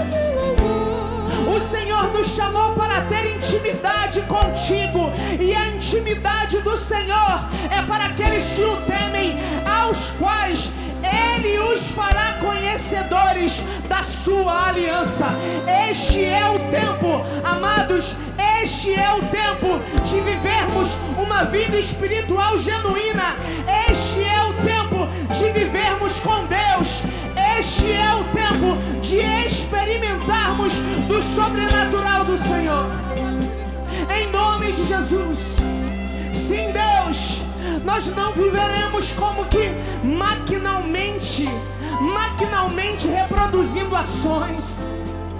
O Senhor nos chamou para ter intimidade contigo, e a intimidade do Senhor é para aqueles que o temem, aos quais Ele os fará conhecedores da sua aliança. Este é o tempo, amados, este é o tempo de vivermos uma vida espiritual genuína. Este é o tempo de vivermos com Deus. Este é o tempo de experimentarmos do sobrenatural do Senhor. Em nome de Jesus. Sim, Deus, nós não viveremos como que maquinalmente, maquinalmente reproduzindo ações,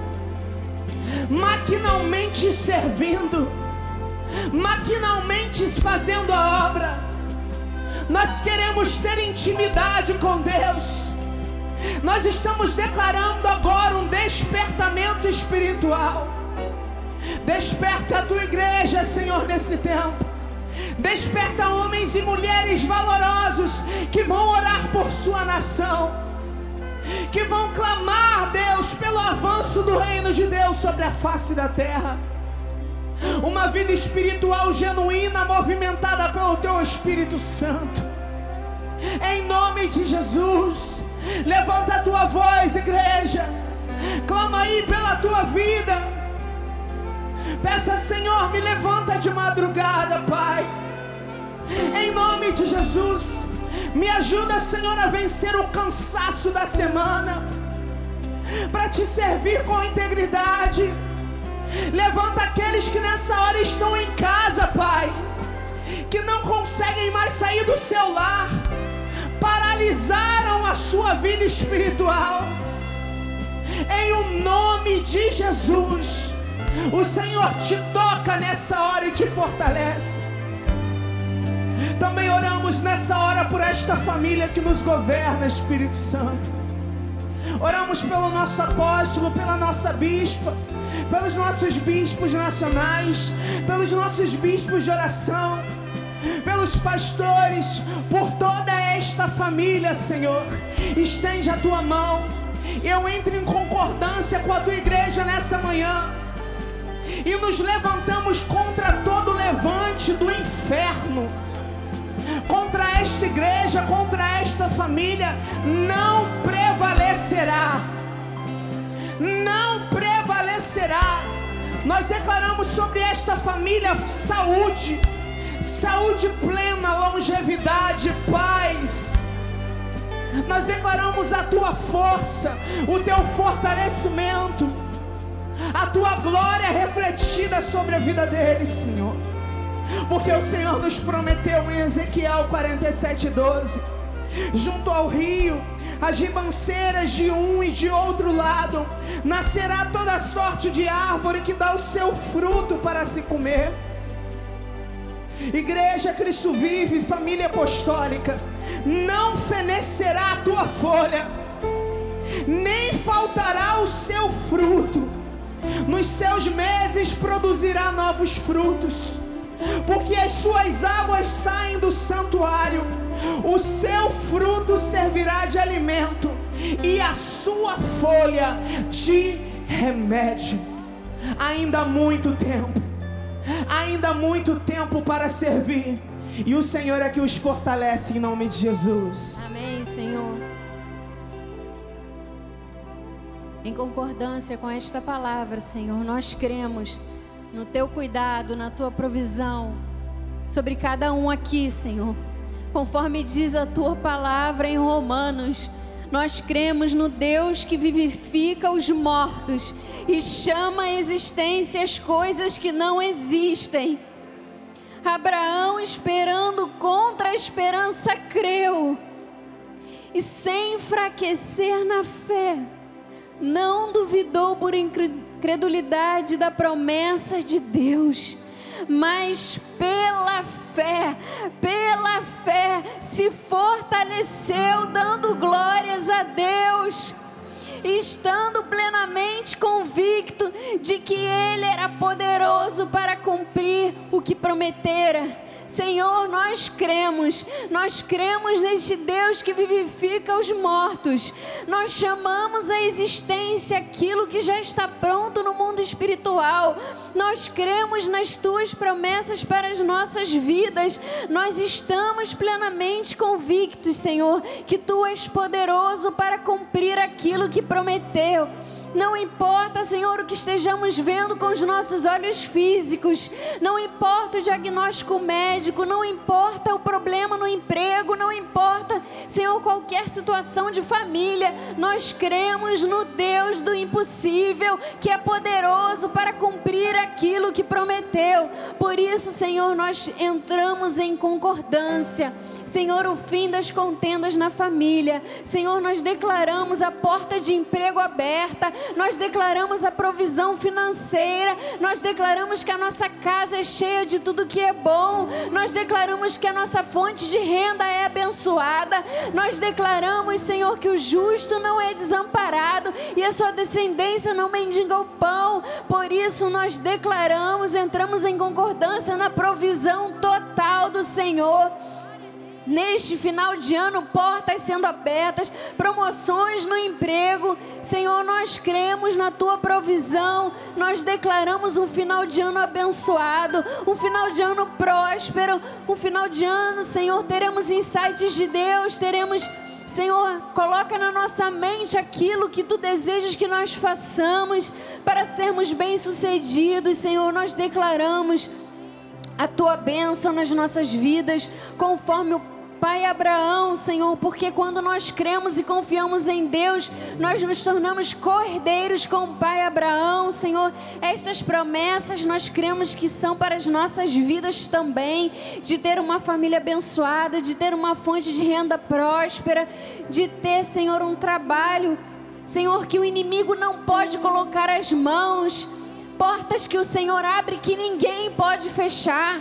maquinalmente servindo, maquinalmente fazendo a obra. Nós queremos ter intimidade com Deus. Nós estamos declarando agora um despertamento espiritual. Desperta a tua igreja, Senhor, nesse tempo. Desperta homens e mulheres valorosos que vão orar por sua nação, que vão clamar, Deus, pelo avanço do reino de Deus sobre a face da terra. Uma vida espiritual genuína, movimentada pelo teu Espírito Santo. Em nome de Jesus. Levanta a tua voz, igreja. Clama aí pela tua vida. Peça: Senhor, me levanta de madrugada, Pai. Em nome de Jesus. Me ajuda, Senhor, a vencer o cansaço da semana, para te servir com integridade. Levanta aqueles que nessa hora estão em casa, Pai, que não conseguem mais sair do seu lar, paralisaram a sua vida espiritual. Em o nome de Jesus, o Senhor te toca nessa hora e te fortalece. Também oramos nessa hora por esta família que nos governa, Espírito Santo. Oramos pelo nosso apóstolo, pela nossa bispa, pelos nossos bispos nacionais, pelos nossos bispos de oração, pelos pastores, por toda esta família, Senhor. Estende a tua mão. Eu entro em concordância com a tua igreja nessa manhã, e nos levantamos contra todo levante do inferno, contra esta igreja, contra esta família. Não prevalecerá, não prevalecerá. Nós declaramos sobre esta família saúde, saúde plena, longevidade, paz. Nós declaramos a tua força, o teu fortalecimento, a tua glória refletida sobre a vida deles, Senhor. Porque o Senhor nos prometeu em Ezequiel quarenta e sete, doze: junto ao rio, as ribanceiras de um e de outro lado, nascerá toda sorte de árvore que dá o seu fruto para se comer. Igreja Cristo Vive, família apostólica, não fenecerá a tua folha, nem faltará o seu fruto. Nos seus meses produzirá novos frutos, porque as suas águas saem do santuário. O seu fruto servirá de alimento e a sua folha de remédio. Ainda há muito tempo, ainda há muito tempo para servir, e o Senhor é que os fortalece em nome de Jesus. Amém, Senhor. Em concordância com esta palavra, Senhor, nós cremos no teu cuidado, na tua provisão sobre cada um aqui, Senhor. Conforme diz a tua palavra em Romanos, nós cremos no Deus que vivifica os mortos e chama à existência as coisas que não existem. Abraão, esperando contra a esperança, creu, e sem enfraquecer na fé, não duvidou por incredulidade da promessa de Deus, mas pela fé, pela fé, se fortaleceu, dando glórias a Deus, estando plenamente convicto de que Ele era poderoso para cumprir o que prometera. Senhor, nós cremos, nós cremos neste Deus que vivifica os mortos. Nós chamamos à existência aquilo que já está pronto no mundo espiritual. Nós cremos nas tuas promessas para as nossas vidas. Nós estamos plenamente convictos, Senhor, que tu és poderoso para cumprir aquilo que prometeu. Não importa, Senhor, o que estejamos vendo com os nossos olhos físicos, não importa o diagnóstico médico, não importa o problema no emprego, não importa, Senhor, qualquer situação de família, nós cremos no Deus do impossível, que é poderoso para cumprir aquilo que prometeu. Por isso, Senhor, nós entramos em concordância. Senhor, o fim das contendas na família. Senhor, nós declaramos a porta de emprego aberta. Nós declaramos a provisão financeira. Nós declaramos que a nossa casa é cheia de tudo que é bom. Nós declaramos que a nossa fonte de renda é abençoada. Nós declaramos, Senhor, que o justo não é desamparado e a sua descendência não mendiga o pão. Por isso nós declaramos, entramos em concordância na provisão total do Senhor. Neste final de ano, portas sendo abertas, promoções no emprego. Senhor, nós cremos na tua provisão. Nós declaramos um final de ano abençoado, um final de ano próspero, um final de ano, Senhor, teremos insights de Deus, teremos... Senhor, coloca na nossa mente aquilo que tu desejas que nós façamos para sermos bem-sucedidos. Senhor, nós declaramos a tua bênção nas nossas vidas, conforme o Pai Abraão, Senhor, porque quando nós cremos e confiamos em Deus, nós nos tornamos cordeiros com o Pai Abraão, Senhor. Estas promessas nós cremos que são para as nossas vidas também, de ter uma família abençoada, de ter uma fonte de renda próspera, de ter, Senhor, um trabalho, Senhor, que o inimigo não pode colocar as mãos, portas que o Senhor abre que ninguém pode fechar.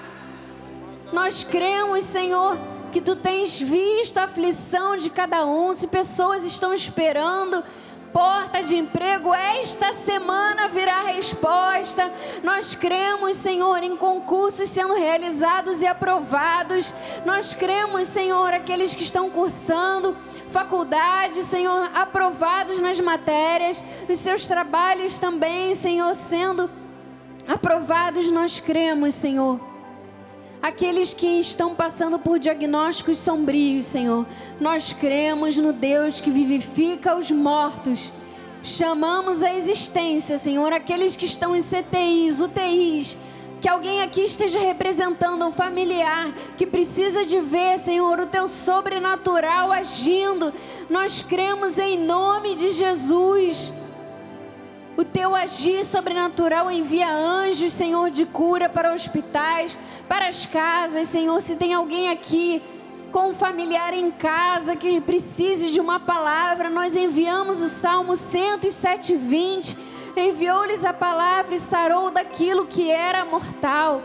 Nós cremos, Senhor, que tu tens visto a aflição de cada um. Se pessoas estão esperando porta de emprego, esta semana virá a resposta. Nós cremos, Senhor, em concursos sendo realizados e aprovados. Nós cremos, Senhor, aqueles que estão cursando faculdade, Senhor, aprovados nas matérias, os seus trabalhos também, Senhor, sendo aprovados. Nós cremos, Senhor, aqueles que estão passando por diagnósticos sombrios, Senhor, nós cremos no Deus que vivifica os mortos, chamamos à existência, Senhor, aqueles que estão em C T Is, U T Is, que alguém aqui esteja representando um familiar que precisa de ver, Senhor, o teu sobrenatural agindo. Nós cremos em nome de Jesus. O teu agir sobrenatural envia anjos, Senhor, de cura para hospitais, para as casas, Senhor. Se tem alguém aqui com um familiar em casa que precise de uma palavra, nós enviamos o Salmo cento e sete, vinte. Enviou-lhes a palavra e sarou daquilo que era mortal.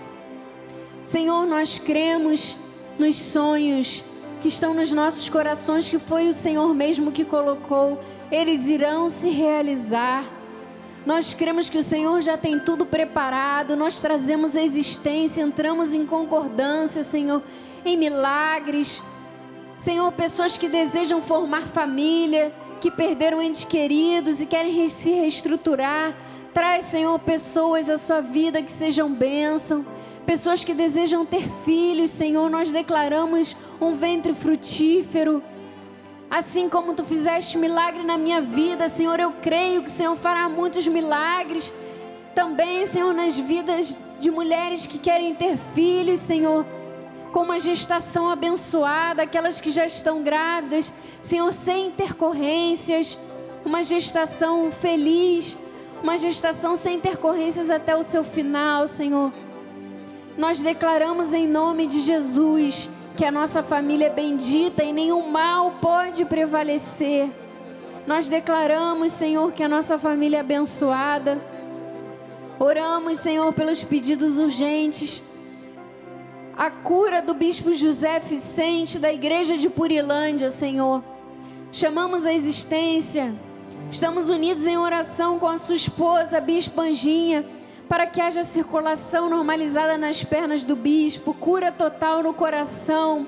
Senhor, nós cremos nos sonhos que estão nos nossos corações, que foi o Senhor mesmo que colocou. Eles irão se realizar. Nós cremos que o Senhor já tem tudo preparado. Nós trazemos a existência, entramos em concordância, Senhor, em milagres. Senhor, pessoas que desejam formar família, que perderam entes queridos e querem se reestruturar. Traz, Senhor, pessoas à sua vida que sejam bênção. Pessoas que desejam ter filhos, Senhor, nós declaramos um ventre frutífero. Assim como tu fizeste milagre na minha vida, Senhor, eu creio que o Senhor fará muitos milagres também, Senhor, nas vidas de mulheres que querem ter filhos, Senhor, com uma gestação abençoada, aquelas que já estão grávidas, Senhor, sem intercorrências, uma gestação feliz, uma gestação sem intercorrências até o seu final, Senhor. Nós declaramos em nome de Jesus que a nossa família é bendita e nenhum mal pode prevalecer. Nós declaramos, Senhor, que a nossa família é abençoada. Oramos, Senhor, pelos pedidos urgentes. A cura do bispo José Vicente, da igreja de Purilândia, Senhor. Chamamos a existência. Estamos unidos em oração com a sua esposa, a bispa Anjinha, para que haja circulação normalizada nas pernas do bispo, cura total no coração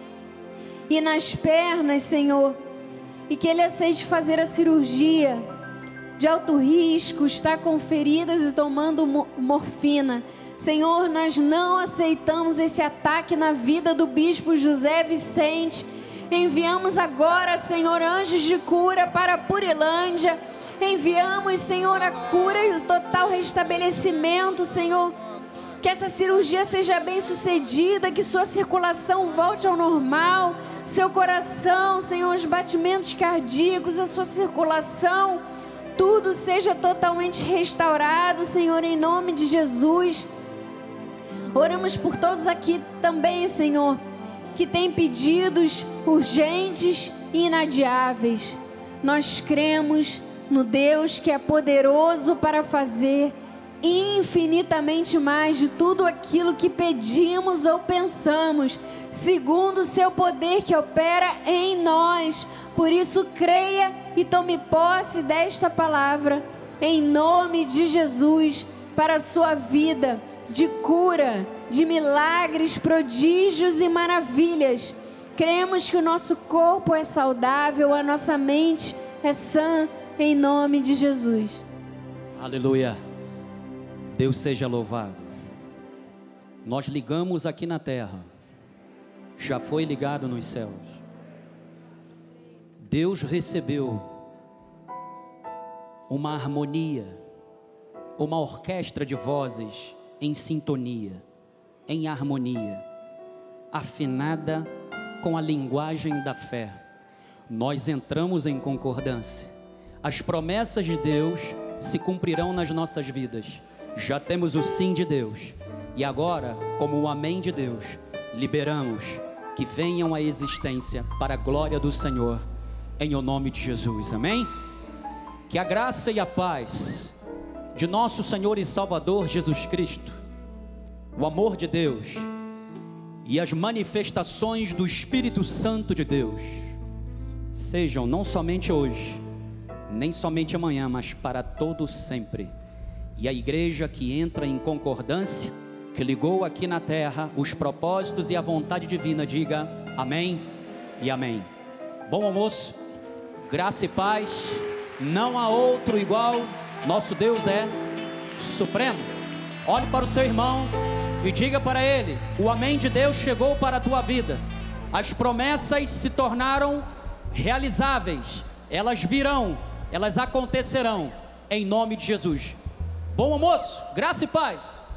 e nas pernas, Senhor, e que ele aceite fazer a cirurgia de alto risco, está com feridas e tomando morfina. Senhor, nós não aceitamos esse ataque na vida do bispo José Vicente. Enviamos agora, Senhor, anjos de cura para Purilândia. Enviamos, Senhor, a cura e o total restabelecimento, Senhor. Que essa cirurgia seja bem sucedida, que sua circulação volte ao normal. Seu coração, Senhor, os batimentos cardíacos, a sua circulação, tudo seja totalmente restaurado, Senhor, em nome de Jesus. Oramos por todos aqui também, Senhor, que têm pedidos urgentes e inadiáveis. Nós cremos no Deus que é poderoso para fazer infinitamente mais de tudo aquilo que pedimos ou pensamos, segundo o seu poder que opera em nós. Por isso, creia e tome posse desta palavra, em nome de Jesus, para a sua vida de cura, de milagres, prodígios e maravilhas. Cremos que o nosso corpo é saudável, a nossa mente é sã, em nome de Jesus. Aleluia. Deus seja louvado. Nós ligamos aqui na terra, já foi ligado nos céus. Deus recebeu uma harmonia, uma orquestra de vozes em sintonia, em harmonia, afinada com a linguagem da fé. Nós entramos em concordância. As promessas de Deus se cumprirão nas nossas vidas. Já temos o sim de Deus. E agora, como o amém de Deus, liberamos que venham à existência para a glória do Senhor, em o nome de Jesus. Amém? Que a graça e a paz de nosso Senhor e Salvador Jesus Cristo, o amor de Deus e as manifestações do Espírito Santo de Deus sejam não somente hoje, nem somente amanhã, mas para todo sempre. E a igreja que entra em concordância, que ligou aqui na terra os propósitos e a vontade divina, diga amém e amém. Bom almoço, graça e paz. Não há outro igual. Nosso Deus é supremo. Olhe para o seu irmão e diga para ele: o amém de Deus chegou para a tua vida. As promessas se tornaram realizáveis, elas virão elas acontecerão em nome de Jesus. Bom almoço, graça e paz.